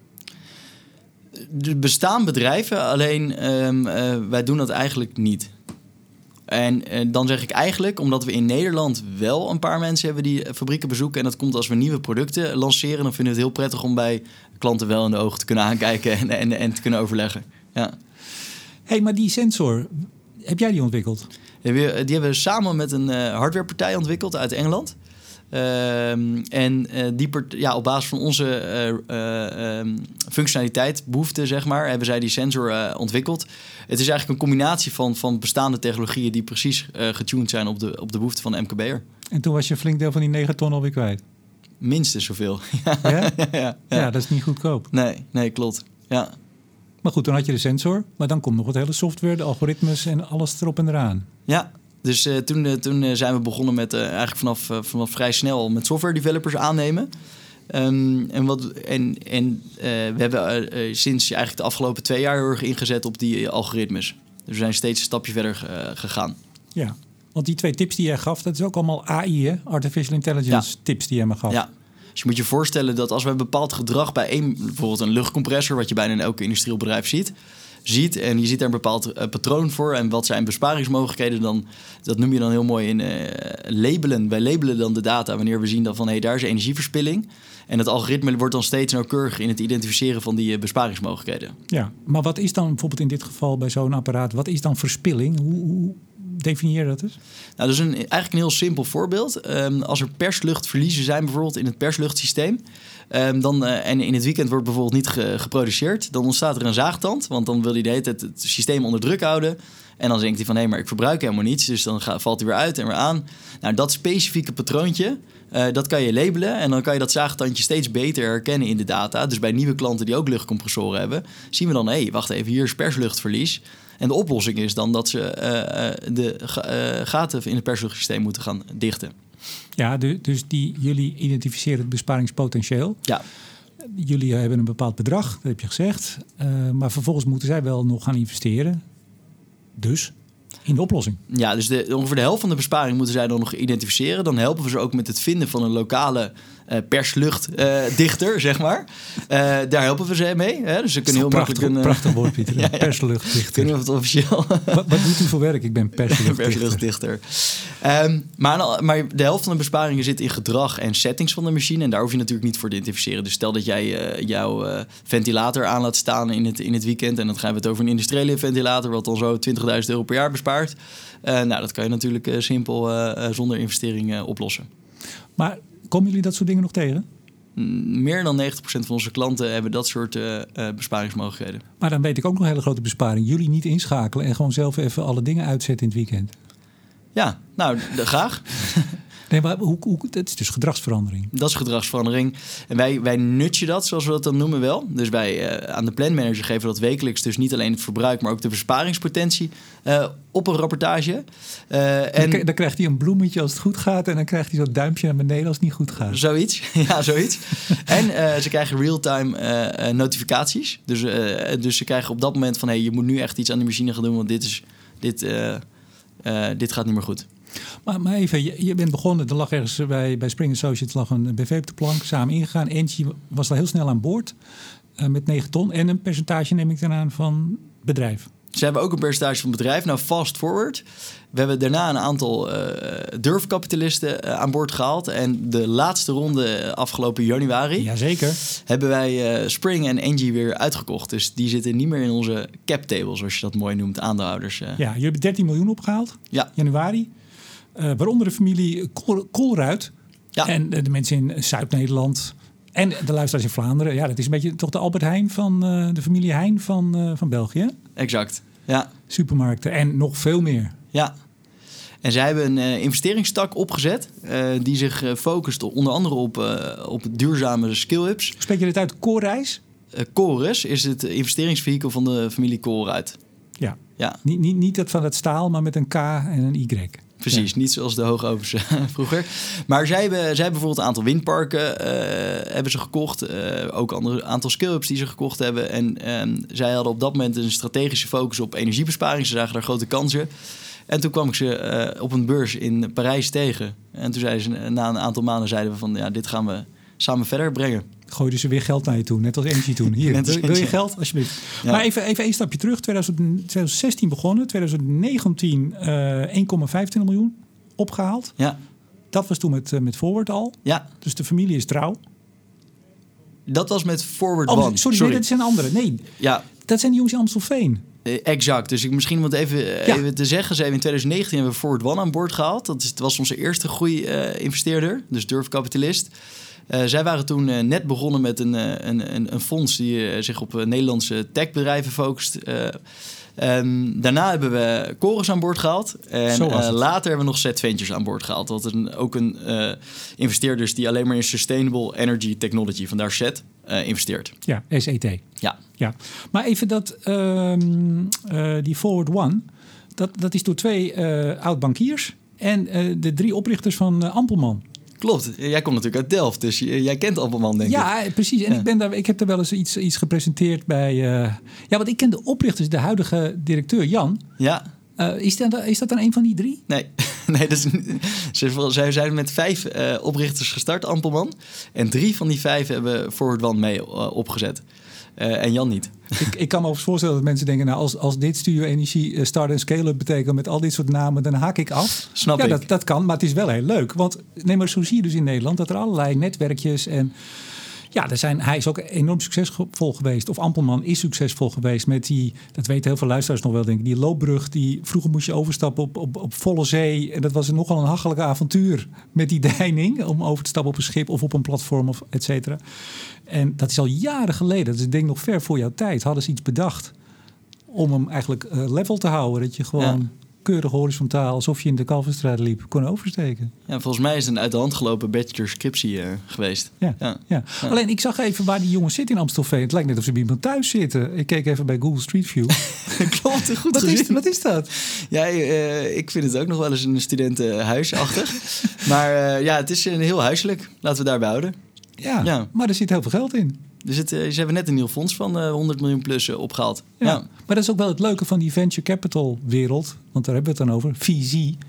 Speaker 2: Er bestaan bedrijven, alleen wij doen dat eigenlijk niet. En dan zeg ik eigenlijk, omdat we in Nederland wel een paar mensen hebben die fabrieken bezoeken. En dat komt als we nieuwe producten lanceren. Dan vinden we het heel prettig om bij klanten wel in de ogen te kunnen aankijken en te kunnen overleggen. Ja.
Speaker 1: Hey, maar die sensor, heb jij die ontwikkeld?
Speaker 2: Die hebben we samen met een hardwarepartij ontwikkeld uit Engeland. Op basis van onze functionaliteit, behoefte, zeg maar, hebben zij die sensor ontwikkeld. Het is eigenlijk een combinatie van bestaande technologieën die precies getuned zijn op de behoefte van de MKB'er.
Speaker 1: En toen was je een flink deel van die 9 ton alweer kwijt?
Speaker 2: Minstens zoveel.
Speaker 1: Ja? Ja, dat is niet goedkoop.
Speaker 2: Nee, klopt. Ja.
Speaker 1: Maar goed, dan had je de sensor, maar dan komt nog het hele software, de algoritmes en alles erop en eraan.
Speaker 2: Ja. Dus toen zijn we begonnen met eigenlijk vanaf vrij snel met software developers aannemen. We hebben sinds eigenlijk de afgelopen 2 jaar heel erg ingezet op die algoritmes. Dus we zijn steeds een stapje verder gegaan.
Speaker 1: Ja, want die 2 tips die jij gaf, dat is ook allemaal AI, hè? Artificial Intelligence tips die jij me gaf.
Speaker 2: Ja. Dus je moet je voorstellen dat als we een bepaald gedrag bij bijvoorbeeld een luchtcompressor, wat je bijna in elk industrieel bedrijf ziet, en je ziet daar een bepaald patroon voor en wat zijn besparingsmogelijkheden, dan dat noem je dan heel mooi in labelen. Wij labelen dan de data wanneer we zien dan van daar is energieverspilling. En het algoritme wordt dan steeds nauwkeuriger in het identificeren van die besparingsmogelijkheden. Ja,
Speaker 1: maar wat is dan bijvoorbeeld in dit geval bij zo'n apparaat, wat is dan verspilling? Hoe definieer dat eens?
Speaker 2: Nou, dat is eigenlijk een heel simpel voorbeeld. Als er persluchtverliezen zijn bijvoorbeeld in het persluchtsysteem, en in het weekend wordt bijvoorbeeld niet geproduceerd, dan ontstaat er een zaagtand, want dan wil hij de hele tijd het systeem onder druk houden. En dan denkt hij van, nee, maar ik verbruik helemaal niets, dus dan valt hij weer uit en weer aan. Nou, dat specifieke patroontje, dat kan je labelen en dan kan je dat zaagtandje steeds beter herkennen in de data. Dus bij nieuwe klanten die ook luchtcompressoren hebben, zien we dan, wacht even, hier is persluchtverlies. En de oplossing is dan dat ze de gaten in het persluchtsysteem moeten gaan dichten.
Speaker 1: Ja, dus jullie identificeren het besparingspotentieel.
Speaker 2: Ja.
Speaker 1: Jullie hebben een bepaald bedrag, dat heb je gezegd. Maar vervolgens moeten zij wel nog gaan investeren. Dus in de oplossing. Ja, dus
Speaker 2: ongeveer de helft van de besparing moeten zij dan nog identificeren. Dan helpen we ze ook met het vinden van een lokale persluchtdichter, zeg maar. Daar helpen we ze mee. Hè? Dus ze kunnen heel makkelijk
Speaker 1: prachtig woord, Pieter. Ja. Persluchtdichter.
Speaker 2: Kunnen we het officieel?
Speaker 1: Wat doet u voor werk? Ik ben persluchtdichter.
Speaker 2: Maar de helft van de besparingen zit in gedrag en settings van de machine. En daar hoef je natuurlijk niet voor te identificeren. Dus stel dat jij jouw ventilator aan laat staan in het weekend. En dan gaan we het over een industriële ventilator, wat dan zo €20.000 per jaar bespaart. Dat kan je natuurlijk simpel zonder investering oplossen.
Speaker 1: Maar komen jullie dat soort dingen nog tegen?
Speaker 2: Meer dan 90% van onze klanten hebben dat soort besparingsmogelijkheden.
Speaker 1: Maar dan weet ik ook nog een hele grote besparing. Jullie niet inschakelen en gewoon zelf even alle dingen uitzetten in het weekend.
Speaker 2: Ja, nou, graag.
Speaker 1: Nee, maar dat is dus gedragsverandering.
Speaker 2: Dat is gedragsverandering. En wij nudgen dat, zoals we dat dan noemen wel. Dus wij aan de planmanager geven we dat wekelijks. Dus niet alleen het verbruik, maar ook de besparingspotentie op een rapportage.
Speaker 1: Dan krijgt hij een bloemetje als het goed gaat. En dan krijgt hij zo'n duimpje naar beneden als het niet goed gaat.
Speaker 2: Zoiets, ja, zoiets. En ze krijgen real-time notificaties. Dus ze krijgen op dat moment van... je moet nu echt iets aan de machine gaan doen, want dit gaat niet meer goed.
Speaker 1: Maar even, je bent begonnen, er lag ergens bij Spring Associates lag een BV op de plank, samen ingegaan. Engie was al heel snel aan boord met 9 ton. En een percentage neem ik dan aan van bedrijf.
Speaker 2: Ze hebben ook een percentage van het bedrijf. Nou, fast forward. We hebben daarna een aantal durfkapitalisten aan boord gehaald. En de laatste ronde afgelopen januari...
Speaker 1: Jazeker.
Speaker 2: Hebben wij Spring en Engie weer uitgekocht. Dus die zitten niet meer in onze cap table, zoals je dat mooi noemt, aandeelhouders.
Speaker 1: Ja, jullie hebben 13 miljoen opgehaald.
Speaker 2: Ja.
Speaker 1: Januari. Waaronder de familie Colruyt. Ja. En de mensen in Zuid-Nederland. En de luisteraars in Vlaanderen. Ja, dat is een beetje toch de Albert Heijn van de familie Heijn van België.
Speaker 2: Exact, ja.
Speaker 1: Supermarkten en nog veel meer.
Speaker 2: Ja. En zij hebben een investeringstak opgezet die zich focust onder andere op duurzame skill-ups.
Speaker 1: Spreek je dit uit? Coreis?
Speaker 2: Chorus is het investeringsvehikel van de familie Colruyt.
Speaker 1: Ja. Niet dat van het staal, maar met een K en een Y.
Speaker 2: Precies, niet zoals de hoogovens vroeger. Maar zij hebben bijvoorbeeld een aantal windparken hebben ze gekocht. Ook een aantal skill-ups die ze gekocht hebben. En zij hadden op dat moment een strategische focus op energiebesparing. Ze zagen daar grote kansen. En toen kwam ik ze op een beurs in Parijs tegen. En toen zeiden ze, na een aantal maanden zeiden we van... dit gaan we samen verder brengen.
Speaker 1: Gooiden ze weer geld naar je toe, net als Engie toen. Hier, wil je geld? Alsjeblieft. Ja. Maar even een stapje terug. 2016 begonnen, 2019 1,25 miljoen opgehaald.
Speaker 2: Ja.
Speaker 1: Dat was toen met Forward al.
Speaker 2: Ja.
Speaker 1: Dus de familie is trouw.
Speaker 2: Dat was met Forward One.
Speaker 1: Sorry. Nee, dat zijn andere. Nee, ja. Dat zijn die jongens in Amstelveen.
Speaker 2: Exact. Dus misschien moet even te zeggen. Ze hebben in 2019 hebben we Forward One aan boord gehaald. Dat was onze eerste groei-investeerder. Dus durfkapitalist. Zij waren toen net begonnen met een fonds die zich op Nederlandse techbedrijven focust. Daarna hebben we Chorus aan boord gehaald. En later hebben we nog Set Ventures aan boord gehaald. Dat is ook een investeerder is die alleen maar in Sustainable Energy Technology, vandaar Set, investeert.
Speaker 1: Ja, SET.
Speaker 2: Ja.
Speaker 1: Maar even die Forward One, dat is door 2 oud-bankiers en de 3 oprichters van Ampelman.
Speaker 2: Klopt. Jij komt natuurlijk uit Delft, dus jij kent Ampelman, denk ik.
Speaker 1: Ja, precies. En ik heb er wel eens iets gepresenteerd bij... want ik ken de oprichters, de huidige directeur, Jan.
Speaker 2: Ja.
Speaker 1: Is dat dan een van die 3?
Speaker 2: Nee, zij zijn met 5 oprichters gestart, Ampelman. En 3 van die 5 hebben Forward One mee opgezet. En Jan niet.
Speaker 1: Ik kan me overigens voorstellen dat mensen denken... als dit Studio Energie start en scale-up betekent... met al dit soort namen, dan haak ik af.
Speaker 2: Snap ik.
Speaker 1: Dat kan, maar het is wel heel leuk. Want maar zo zie je dus in Nederland... dat er allerlei netwerkjes en... Ja, hij is ook enorm succesvol geweest. Of Ampelman is succesvol geweest met die... dat weten heel veel luisteraars nog wel, denk ik. Die loopbrug, vroeger moest je overstappen op volle zee. En dat was nogal een hachelijk avontuur met die deining... om over te stappen op een schip of op een platform, of et cetera. En dat is al jaren geleden. Dat is denk ik nog ver voor jouw tijd. Hadden ze iets bedacht om hem eigenlijk level te houden. Dat je gewoon... keurig horizontaal, alsof je in de Kalverstraat liep, kon oversteken.
Speaker 2: Ja, volgens mij is het een uit de hand gelopen bachelorscriptie geweest.
Speaker 1: Ja. Alleen, ik zag even waar die jongens zitten in Amstelveen. Het lijkt net of ze bij iemand thuis zitten. Ik keek even bij Google Street View.
Speaker 2: Klopt, goed gezien.
Speaker 1: Wat is dat?
Speaker 2: Ja, ik vind het ook nog wel eens een studentenhuisachtig. Maar het is heel huiselijk. Laten we daarbij houden.
Speaker 1: Ja, maar er zit heel veel geld in.
Speaker 2: Ze hebben net een nieuw fonds van 100 miljoen plus opgehaald.
Speaker 1: Ja. Maar dat is ook wel het leuke van die venture capital wereld. Want daar hebben we het dan over. Visie.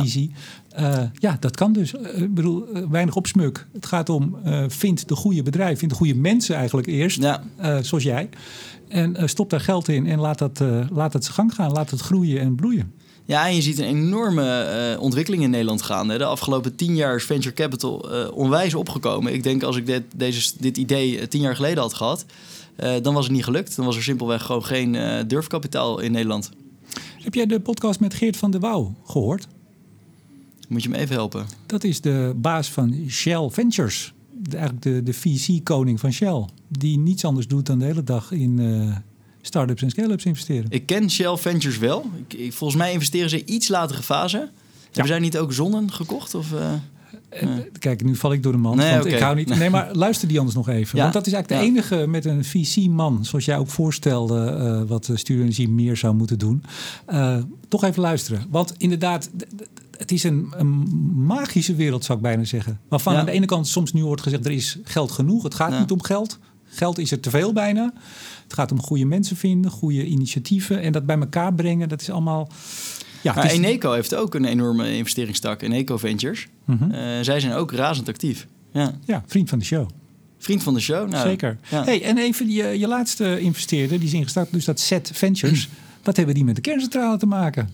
Speaker 1: Dat kan dus. Ik bedoel, weinig opsmuk. Het gaat om vind de goede bedrijf. Vind de goede mensen eigenlijk eerst. Ja. Zoals jij. En stop daar geld in en laat het zijn gang gaan. Laat het groeien en bloeien.
Speaker 2: Ja, en je ziet een enorme ontwikkeling in Nederland gaan. Hè. De afgelopen 10 jaar is venture capital onwijs opgekomen. Ik denk als ik dit idee 10 jaar geleden had gehad... dan was het niet gelukt. Dan was er simpelweg gewoon geen durfkapitaal in Nederland.
Speaker 1: Heb jij de podcast met Geert van der Wouw gehoord?
Speaker 2: Moet je me even helpen?
Speaker 1: Dat is de baas van Shell Ventures. Eigenlijk de VC-koning van Shell. Die niets anders doet dan de hele dag in... start-ups en scale-ups investeren.
Speaker 2: Ik ken Shell Ventures wel. Volgens mij investeren ze in iets latere fase. Hebben zij niet ook Zonnen gekocht? Of,
Speaker 1: Kijk, nu val ik door de mand,
Speaker 2: Nee,
Speaker 1: want
Speaker 2: oké.
Speaker 1: ik hou niet... Nee, maar luister die anders nog even.
Speaker 2: Ja.
Speaker 1: Want dat is eigenlijk de enige met een VC-man, zoals jij ook voorstelde, wat Stuurenergie meer zou moeten doen. Toch even luisteren. Want inderdaad, het is een magische wereld, zou ik bijna zeggen. Waarvan aan de ene kant soms nu wordt gezegd, er is geld genoeg. Het gaat niet om geld. Geld is er te veel bijna. Het gaat om goede mensen vinden, goede initiatieven. En dat bij elkaar brengen, dat is allemaal... Ja,
Speaker 2: maar Eneco heeft ook een enorme investeringstak, Eneco Ventures. Zij zijn ook razend actief.
Speaker 1: Ja, vriend van de show.
Speaker 2: Vriend van de show? Nou,
Speaker 1: zeker.
Speaker 2: Ja.
Speaker 1: Hey, en even je laatste investeerder, die is ingestart, dus dat Set Ventures. Wat hebben die met de kerncentrale te maken?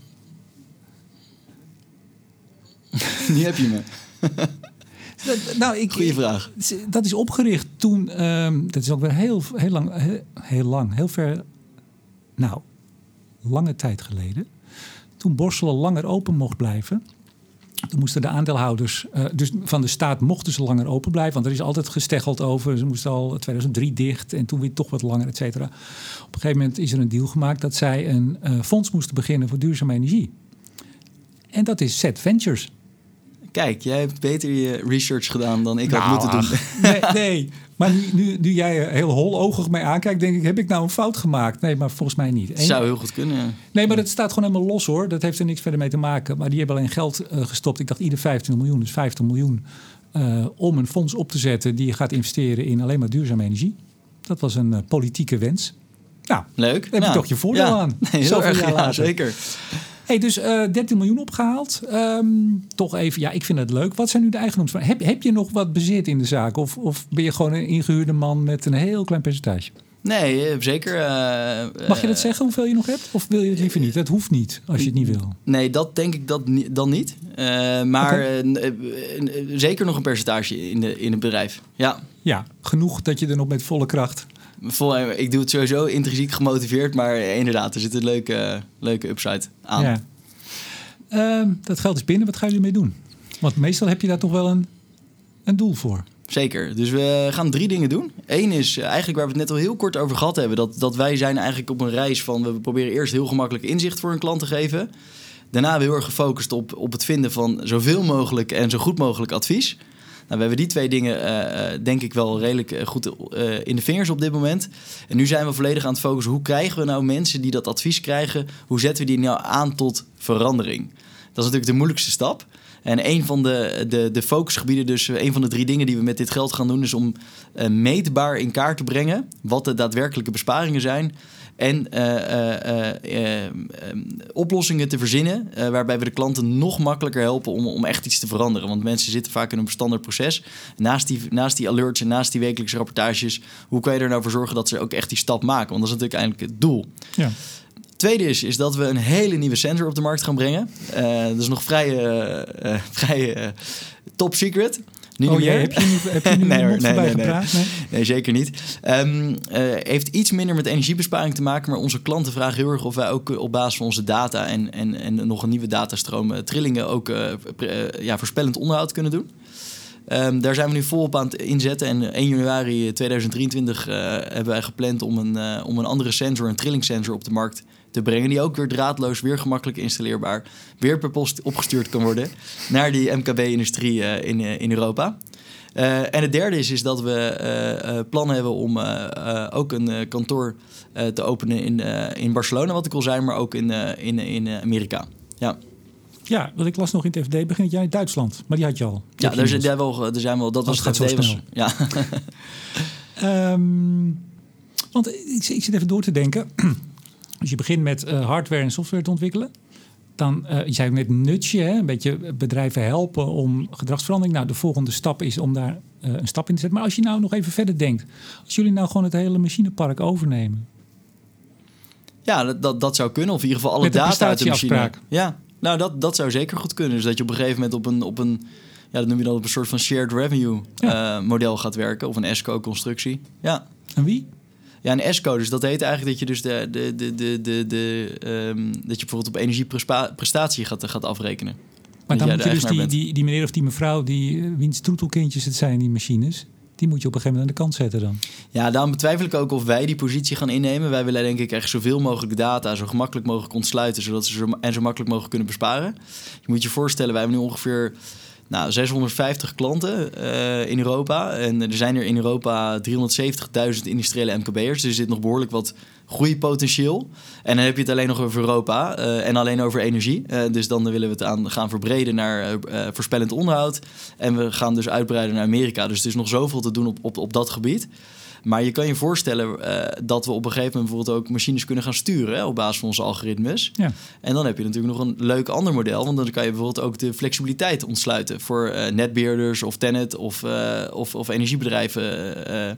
Speaker 2: Die heb je me.
Speaker 1: Goeie
Speaker 2: vraag.
Speaker 1: Dat is opgericht toen, dat is ook weer heel lang, heel ver, lange tijd geleden. Toen Borselen langer open mocht blijven. Toen moesten de aandeelhouders, dus van de staat mochten ze langer open blijven. Want er is altijd gesteggeld over. Ze moesten al 2003 dicht en toen weer toch wat langer, et cetera. Op een gegeven moment is er een deal gemaakt dat zij een fonds moesten beginnen voor duurzame energie. En dat is Set Ventures.
Speaker 2: Kijk, jij hebt beter je research gedaan dan ik had moeten doen.
Speaker 1: Nee. Maar nu jij er heel holoogig mee aankijkt, denk ik, heb ik nou een fout gemaakt? Nee, maar volgens mij niet.
Speaker 2: Het zou heel goed kunnen, ja.
Speaker 1: Nee, maar dat staat gewoon helemaal los, hoor. Dat heeft er niks verder mee te maken. Maar die hebben alleen geld gestopt. Ik dacht ieder 25 miljoen, dus 50 miljoen... om een fonds op te zetten die gaat investeren in alleen maar duurzame energie. Dat was een politieke wens. Nou,
Speaker 2: leuk.
Speaker 1: Daar heb je toch je voordeel aan.
Speaker 2: Nee, heel erg, ja, zeker.
Speaker 1: Hey, dus 13 miljoen opgehaald. Toch even, ik vind het leuk. Wat zijn nu de eigendoms van? Heb je nog wat bezit in de zaak? Of ben je gewoon een ingehuurde man met een heel klein percentage?
Speaker 2: Nee, zeker.
Speaker 1: Mag je dat zeggen, hoeveel je nog hebt? Of wil je het liever niet? Het hoeft niet, als je het niet wil.
Speaker 2: Nee, dat denk ik dan niet. Maar zeker nog een percentage in het bedrijf.
Speaker 1: Ja, genoeg dat je er nog met volle kracht...
Speaker 2: Ik doe het sowieso intrinsiek gemotiveerd, maar inderdaad, er zit een leuke upside aan.
Speaker 1: Ja. Dat geld is binnen, wat ga je ermee doen? Want meestal heb je daar toch wel een doel voor.
Speaker 2: Zeker, dus we gaan 3 dingen doen. Eén is eigenlijk waar we het net al heel kort over gehad hebben, dat wij zijn eigenlijk op een reis van, we proberen eerst heel gemakkelijk inzicht voor een klant te geven. Daarna hebben we heel erg gefocust op het vinden van zoveel mogelijk en zo goed mogelijk advies. Nou, we hebben die 2 dingen denk ik wel redelijk goed in de vingers op dit moment. En nu zijn we volledig aan het focussen. Hoe krijgen we nou mensen die dat advies krijgen? Hoe zetten we die nou aan tot verandering? Dat is natuurlijk de moeilijkste stap. En een van de focusgebieden, dus een van de 3 dingen die we met dit geld gaan doen... is om meetbaar in kaart te brengen wat de daadwerkelijke besparingen zijn... En oplossingen te verzinnen waarbij we de klanten nog makkelijker helpen om echt iets te veranderen. Want mensen zitten vaak in een standaard proces. Naast die alerts en naast die wekelijkse rapportages, hoe kan je er nou voor zorgen dat ze ook echt die stap maken? Want dat is natuurlijk eigenlijk het doel. Ja. Tweede is dat we een hele nieuwe sensor op de markt gaan brengen. Dat is nog vrij top secret.
Speaker 1: Heb je nu nee, mond voorbij gepraat?
Speaker 2: Nee, zeker niet. Heeft iets minder met energiebesparing te maken... maar onze klanten vragen heel erg of wij ook op basis van onze data... en nog een nieuwe datastroom trillingen ook voorspellend onderhoud kunnen doen. Daar zijn we nu volop aan het inzetten. En 1 januari 2023 hebben wij gepland om een andere sensor, een trillingssensor op de markt te brengen. Die ook weer draadloos, weer gemakkelijk installeerbaar, weer per post opgestuurd kan worden naar die MKB-industrie in Europa. En het derde is dat we plannen hebben om ook een kantoor te openen in Barcelona, wat ik al zei, maar ook in Amerika. Ja.
Speaker 1: Ja, wat ik las nog in het FD, begint jij in Duitsland. Maar die had je al.
Speaker 2: Ja, daar zijn we al. Dat was het FD. Ja.
Speaker 1: Want ik zit even door te denken. Als je begint met hardware en software te ontwikkelen, dan, je zei net nudge, een beetje bedrijven helpen om gedragsverandering. Nou, de volgende stap is om daar een stap in te zetten. Maar als je nou nog even verder denkt, als jullie nou gewoon het hele machinepark overnemen.
Speaker 2: Ja, dat zou kunnen. Of in ieder geval alle data uit de machine. Ja, nou dat zou zeker goed kunnen. Dus dat je op een gegeven moment op een dat noem je dan op een soort van shared revenue model gaat werken. Of een ESCO-constructie. Ja.
Speaker 1: En wie?
Speaker 2: Ja, een ESCO. Dus dat heet eigenlijk dat je dus dat je bijvoorbeeld op energieprestatie gaat afrekenen.
Speaker 1: Maar dan moet je dus die meneer of die mevrouw, wiens troetelkindjes het zijn, die machines, die moet je op een gegeven moment aan de kant zetten dan.
Speaker 2: Ja, daarom betwijfel ik ook of wij die positie gaan innemen. Wij willen denk ik echt zoveel mogelijk data zo gemakkelijk mogelijk ontsluiten, zodat ze zo makkelijk mogelijk kunnen besparen. Je moet je voorstellen, wij hebben nu ongeveer Nou, 650 klanten in Europa. En er zijn er in Europa 370.000 industriële MKB'ers. Dus er zit nog behoorlijk wat groeipotentieel. En dan heb je het alleen nog over Europa en alleen over energie. Dus dan willen we het gaan verbreden naar voorspellend onderhoud. En we gaan dus uitbreiden naar Amerika. Dus er is nog zoveel te doen op dat gebied. Maar je kan je voorstellen dat we op een gegeven moment bijvoorbeeld ook machines kunnen gaan sturen op basis van onze algoritmes. Ja. En dan heb je natuurlijk nog een leuk ander model. Want dan kan je bijvoorbeeld ook de flexibiliteit ontsluiten voor netbeheerders of Tennet of energiebedrijven.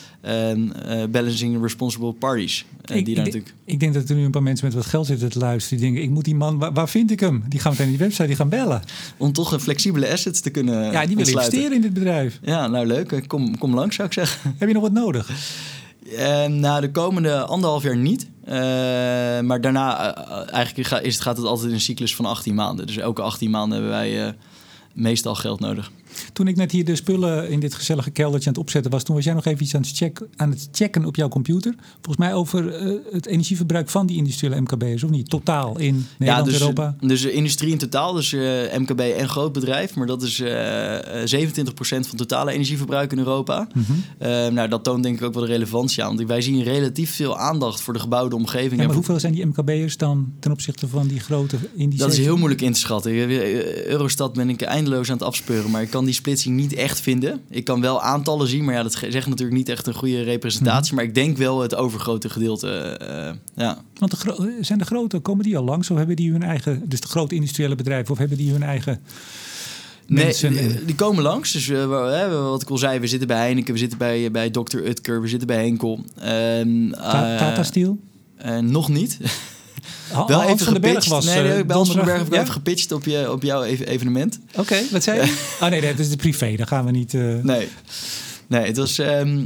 Speaker 2: Balancing responsible parties.
Speaker 1: Ik denk dat er nu een paar mensen met wat geld zitten te luisteren. Die denken, ik moet die man, waar vind ik hem? Die gaan meteen naar die website, die gaan bellen.
Speaker 2: Om toch een flexibele assets te kunnen
Speaker 1: Ja, die willen investeren in dit bedrijf.
Speaker 2: Ja, nou leuk. Kom langs, zou ik zeggen.
Speaker 1: Heb je nog wat nodig?
Speaker 2: Nou, de komende 1,5 jaar niet. Maar daarna eigenlijk gaat het altijd in een cyclus van 18 maanden. Dus elke 18 maanden hebben wij meestal geld nodig.
Speaker 1: Toen ik net hier de spullen in dit gezellige keldertje aan het opzetten was, toen was jij nog even iets aan het checken op jouw computer. Volgens mij over het energieverbruik van die industriële MKB'ers, of niet? Totaal in Nederland,
Speaker 2: dus,
Speaker 1: Europa?
Speaker 2: Dus de industrie in totaal, dus MKB en groot bedrijf. Maar dat is 27% van het totale energieverbruik in Europa. Mm-hmm. Nou, dat toont denk ik ook wel de relevantie aan. Want wij zien relatief veel aandacht voor de gebouwde omgeving.
Speaker 1: Ja, maar hoeveel zijn die MKB'ers dan ten opzichte van die grote indices?
Speaker 2: Dat is heel moeilijk in te schatten. Eurostat ben ik eindeloos aan het afspeuren, maar ik kan die splitsing niet echt vinden. Ik kan wel aantallen zien, maar ja, dat zegt natuurlijk niet echt een goede representatie. Maar ik denk wel het overgrote gedeelte. Ja.
Speaker 1: Want zijn de grote, komen die al langs? Of hebben die hun eigen, dus de grote industriële bedrijven, of hebben die hun eigen mensen?
Speaker 2: Nee, die komen langs. Dus wat ik al zei, we zitten bij Heineken, we zitten bij Dr. Utker, we zitten bij Henkel.
Speaker 1: Tata Steel?
Speaker 2: Nog niet.
Speaker 1: Wel even van den Berg was.
Speaker 2: Nee, bij Hans van den Berg heb ik even gepitcht op jouw evenement.
Speaker 1: Oké, wat zei je? Nee, dat is de privé. Daar gaan we niet.
Speaker 2: Nee, het was.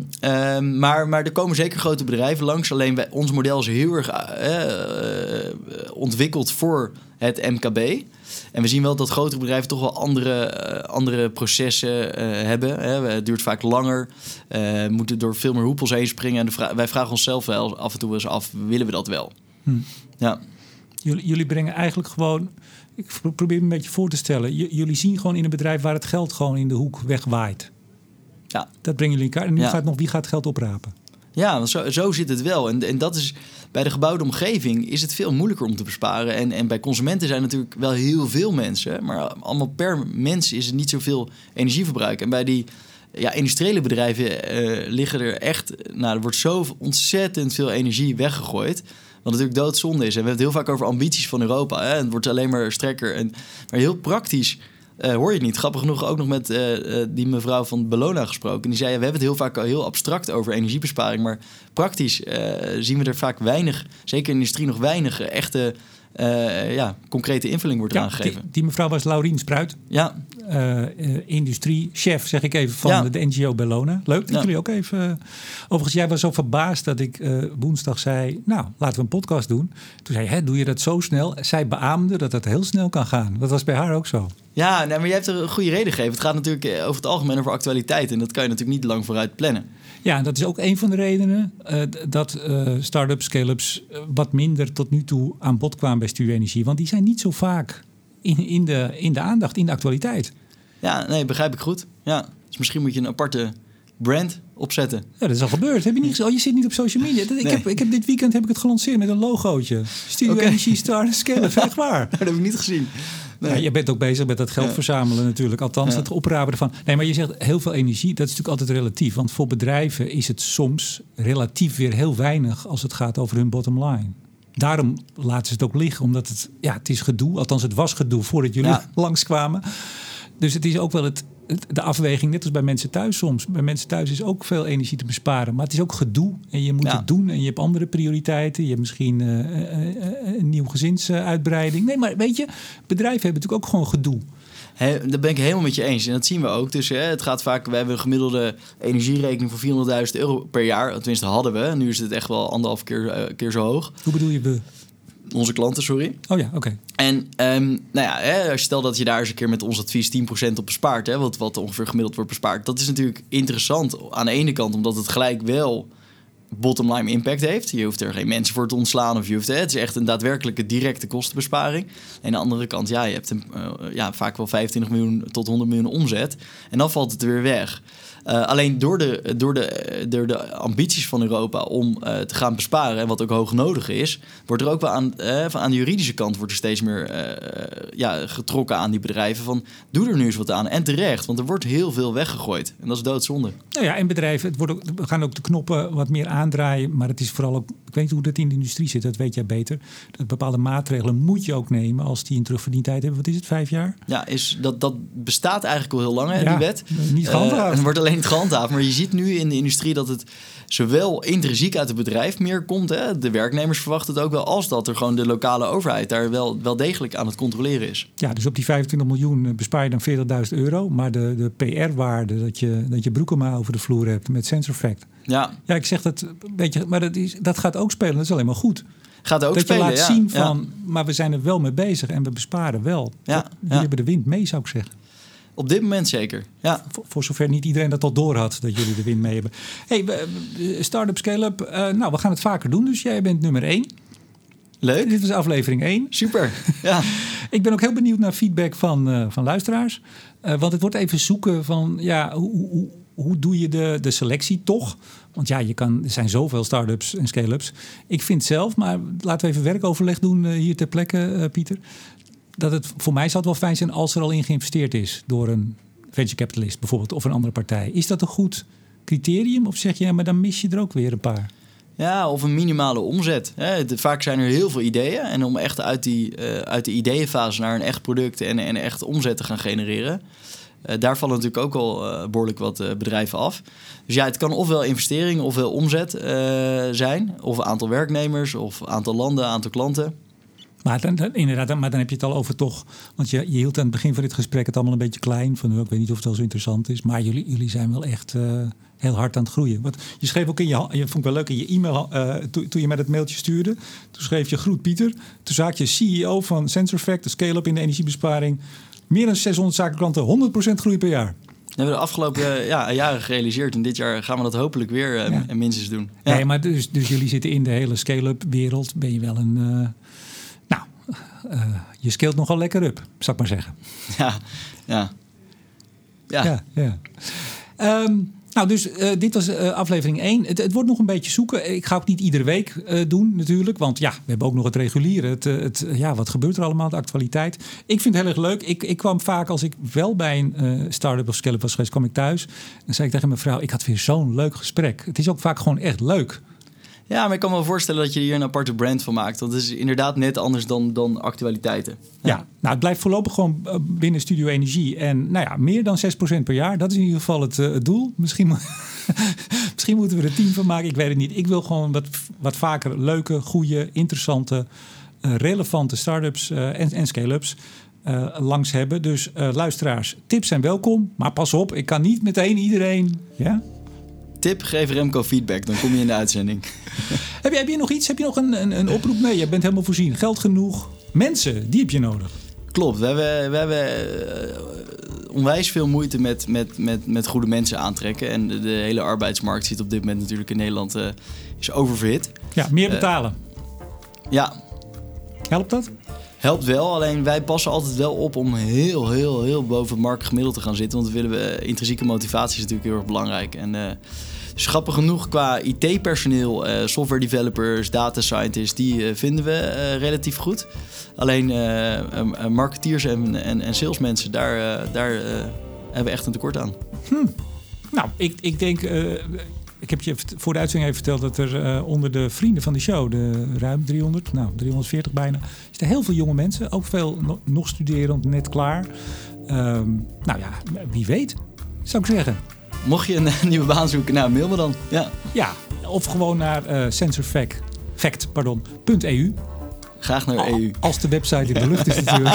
Speaker 2: Maar er komen zeker grote bedrijven langs. Alleen ons model is heel erg ontwikkeld voor het MKB. En we zien wel dat grotere bedrijven toch wel andere processen hebben. Het duurt vaak langer. Moeten door veel meer hoepels heen springen. En wij vragen onszelf wel af en toe eens af, willen we dat wel? Ja.
Speaker 1: Jullie brengen eigenlijk gewoon... Ik probeer me een beetje voor te stellen. Jullie zien gewoon in een bedrijf waar het geld gewoon in de hoek wegwaait.
Speaker 2: Ja.
Speaker 1: Dat brengen jullie in elkaar. En nu wie gaat het geld oprapen?
Speaker 2: Ja, want zo zit het wel. En dat is bij de gebouwde omgeving is het veel moeilijker om te besparen. En bij consumenten zijn natuurlijk wel heel veel mensen. Maar allemaal per mens is het niet zoveel energieverbruik. En bij die industriële bedrijven liggen er echt... Nou, er wordt zo ontzettend veel energie weggegooid. Wat natuurlijk doodzonde is. En we hebben het heel vaak over ambities van Europa. Hè? Het wordt alleen maar strekker. Maar heel praktisch hoor je het niet. Grappig genoeg ook nog met die mevrouw van Bellona gesproken. Die zei, we hebben het heel vaak heel abstract over energiebesparing. Maar praktisch zien we er vaak weinig, zeker in de industrie nog weinig echte concrete invulling wordt aangegeven.
Speaker 1: Die mevrouw was Laurien Spruit.
Speaker 2: Ja.
Speaker 1: Industriechef, zeg ik even, van de NGO Bellona. Leuk dat jullie ook even... Overigens, jij was zo verbaasd dat ik woensdag zei... Nou, laten we een podcast doen. Toen zei je, doe je dat zo snel? Zij beaamde dat het heel snel kan gaan. Dat was bij haar ook zo.
Speaker 2: Ja, maar jij hebt er een goede reden gegeven. Het gaat natuurlijk over het algemeen over actualiteit. En dat kan je natuurlijk niet lang vooruit plannen. Ja,
Speaker 1: en dat is ook een van de redenen dat start-ups, scale-ups... wat minder tot nu toe aan bod kwamen bij Stuur Energie. Want die zijn niet zo vaak in de aandacht, in de actualiteit.
Speaker 2: Ja, nee, begrijp ik goed. Ja, dus misschien moet je een aparte brand opzetten.
Speaker 1: Ja, dat is al gebeurd. Heb je niet gezien? Oh, je zit niet op social media. Ik heb dit weekend het gelanceerd met een logootje. Stuur Energie, start, scale-up. Echt waar.
Speaker 2: Dat heb ik niet gezien.
Speaker 1: Nee. Ja, je bent ook bezig met dat geld verzamelen natuurlijk. Althans, het oprapen ervan. Nee, maar je zegt heel veel energie. Dat is natuurlijk altijd relatief. Want voor bedrijven is het soms relatief weer heel weinig... als het gaat over hun bottom line. Daarom laten ze het ook liggen. Omdat het is gedoe. Althans, het was gedoe voordat jullie langskwamen. Dus het is ook wel de afweging, net als bij mensen thuis soms. Bij mensen thuis is ook veel energie te besparen. Maar het is ook gedoe. En je moet het doen. En je hebt andere prioriteiten. Je hebt misschien een nieuw gezinsuitbreiding. Nee, maar weet je, bedrijven hebben natuurlijk ook gewoon gedoe.
Speaker 2: Daar ben ik helemaal met je eens. En dat zien we ook. Dus het gaat vaak... We hebben een gemiddelde energierekening van €400.000 per jaar. Tenminste, hadden we. Nu is het echt wel 1,5 keer zo hoog.
Speaker 1: Hoe bedoel je we?
Speaker 2: Onze klanten, sorry.
Speaker 1: Oh ja, oké.
Speaker 2: En als je stelt dat je daar eens een keer met ons advies 10% op bespaart... wat ongeveer gemiddeld wordt bespaard... dat is natuurlijk interessant aan de ene kant... omdat het gelijk wel bottom line impact heeft. Je hoeft er geen mensen voor te ontslaan of het is echt een daadwerkelijke directe kostenbesparing. En aan de andere kant, je hebt vaak wel 25 miljoen tot 100 miljoen omzet. En dan valt het weer weg. Alleen door de ambities van Europa om te gaan besparen, en wat ook hoog nodig is, wordt er ook wel aan de juridische kant wordt er steeds meer getrokken aan die bedrijven van doe er nu eens wat aan. En terecht, want er wordt heel veel weggegooid. En dat is doodzonde.
Speaker 1: Nou ja, en bedrijven, we gaan ook de knoppen wat meer aandraaien, maar het is vooral ook, ik weet niet hoe dat in de industrie zit, dat weet jij beter. Dat bepaalde maatregelen moet je ook nemen als die een terugverdientijd hebben. Wat is het, 5 jaar?
Speaker 2: Ja, dat bestaat eigenlijk al heel lang, die wet.
Speaker 1: Niet gehandhaafd.
Speaker 2: Het wordt alleen niet gehandhaafd. Maar je ziet nu in de industrie dat het zowel intrinsiek uit het bedrijf meer komt. Hè? De werknemers verwachten het ook wel, als dat er gewoon de lokale overheid daar wel degelijk aan het controleren is.
Speaker 1: Ja, dus op die 25 miljoen bespaar je dan €40.000. Maar de PR-waarde dat je Broekema over de vloer hebt met SensorFact.
Speaker 2: Ja,
Speaker 1: ik zeg dat een beetje, maar dat gaat ook spelen. Dat is alleen maar goed.
Speaker 2: Gaat ook
Speaker 1: dat
Speaker 2: spelen,
Speaker 1: je laat zien van, maar we zijn er wel mee bezig en we besparen wel. We hebben de wind mee, zou ik zeggen.
Speaker 2: Op dit moment zeker, ja.
Speaker 1: Voor zover niet iedereen dat al door had, dat jullie de wind mee hebben. Hey, Startup Scale-up, we gaan het vaker doen. Dus jij bent nummer 1.
Speaker 2: Leuk.
Speaker 1: Dit was aflevering 1.
Speaker 2: Super, ja.
Speaker 1: Ik ben ook heel benieuwd naar feedback van luisteraars. Want het wordt even zoeken van, hoe doe je de selectie toch? Want er zijn zoveel start-ups en scale-ups. Ik vind zelf, maar laten we even werkoverleg doen hier ter plekke, Pieter. Dat het voor mij zou het wel fijn zijn als er al in geïnvesteerd is door een venture capitalist bijvoorbeeld of een andere partij. Is dat een goed criterium of zeg je, maar dan mis je er ook weer een paar?
Speaker 2: Ja, of een minimale omzet. Vaak zijn er heel veel ideeën. En om echt uit de ideeënfase naar een echt product en een echt omzet te gaan genereren, daar vallen natuurlijk ook al behoorlijk wat bedrijven af. Dus het kan ofwel investering ofwel omzet zijn. Of aantal werknemers of aantal landen, aantal klanten.
Speaker 1: Maar dan heb je het al over toch. Want je hield aan het begin van dit gesprek het allemaal een beetje klein. Van, ik weet niet of het wel zo interessant is. Maar jullie zijn wel echt heel hard aan het groeien. Want je schreef ook je vond ik wel leuk in je e-mail. Toen je met het mailtje stuurde. Toen schreef je groet Pieter. Toen zag je CEO van SensorFact, de scale-up in de energiebesparing. Meer dan 600 zakenklanten, 100% groei per jaar.
Speaker 2: Dat hebben we de afgelopen jaren gerealiseerd. En dit jaar gaan we dat hopelijk weer minstens doen.
Speaker 1: Ja. Nee, maar dus jullie zitten in de hele scale-up wereld. Ben je wel een... je scaleert nogal lekker up, zou ik maar zeggen. Ja. Dus dit was aflevering 1. Het wordt nog een beetje zoeken. Ik ga ook niet iedere week doen natuurlijk. Want we hebben ook nog het reguliere. Wat gebeurt er allemaal? De actualiteit. Ik vind het heel erg leuk. Ik kwam vaak, als ik wel bij een start-up of scale-up was geweest, kwam ik thuis. En zei ik tegen mijn vrouw, ik had weer zo'n leuk gesprek. Het is ook vaak gewoon echt leuk.
Speaker 2: Ja, maar ik kan me wel voorstellen dat je hier een aparte brand van maakt. Want het is inderdaad net anders dan actualiteiten.
Speaker 1: Ja, het blijft voorlopig gewoon binnen Studio Energie. En meer dan 6% per jaar. Dat is in ieder geval het doel. Misschien moeten we er 10 van maken. Ik weet het niet. Ik wil gewoon wat vaker leuke, goede, interessante, relevante start-ups en scale-ups langs hebben. Dus luisteraars, tips zijn welkom. Maar pas op, ik kan niet meteen iedereen... Ja?
Speaker 2: Tip, geef Remco feedback, dan kom je in de uitzending.
Speaker 1: Heb je nog iets? Heb je nog een oproep? Nee, je bent helemaal voorzien. Geld genoeg. Mensen, die heb je nodig.
Speaker 2: Klopt, we hebben onwijs veel moeite met goede mensen aantrekken. En de hele arbeidsmarkt zit op dit moment natuurlijk in Nederland is oververhit.
Speaker 1: Ja, meer betalen.
Speaker 2: Ja.
Speaker 1: Helpt dat?
Speaker 2: Helpt wel, alleen wij passen altijd wel op om heel, heel, heel boven het marktgemiddelde te gaan zitten. Want intrinsieke motivatie is natuurlijk heel erg belangrijk. En dus grappig genoeg qua IT-personeel, software developers, data scientists, die vinden we relatief goed. Alleen marketeers en salesmensen, daar hebben we echt een tekort aan.
Speaker 1: Nou, ik denk... Ik heb je voor de uitzending even verteld dat er onder de vrienden van de show, de ruim 340 bijna, zitten heel veel jonge mensen. Ook veel nog studerend, net klaar. Wie weet, zou ik zeggen.
Speaker 2: Mocht je een nieuwe baan zoeken, mail me dan.
Speaker 1: Ja, of gewoon naar sensorfact.eu.
Speaker 2: Graag naar EU.
Speaker 1: Als de website in de lucht is natuurlijk.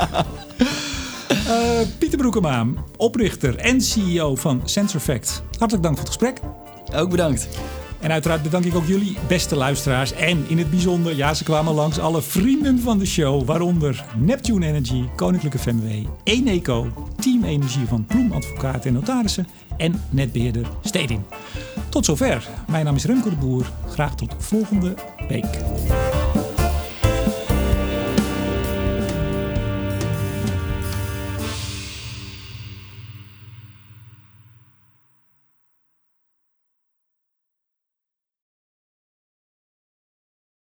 Speaker 1: Pieter Broekema, oprichter en CEO van SensorFact. Hartelijk dank voor het gesprek.
Speaker 2: Ook bedankt.
Speaker 1: En uiteraard bedank ik ook jullie, beste luisteraars. En in het bijzonder, ze kwamen langs alle vrienden van de show. Waaronder Neptune Energy, Koninklijke FMW, Eneco, Team Energie van Ploem Advocaten en Notarissen en netbeheerder Stedin. Tot zover. Mijn naam is Remco de Boer. Graag tot volgende week.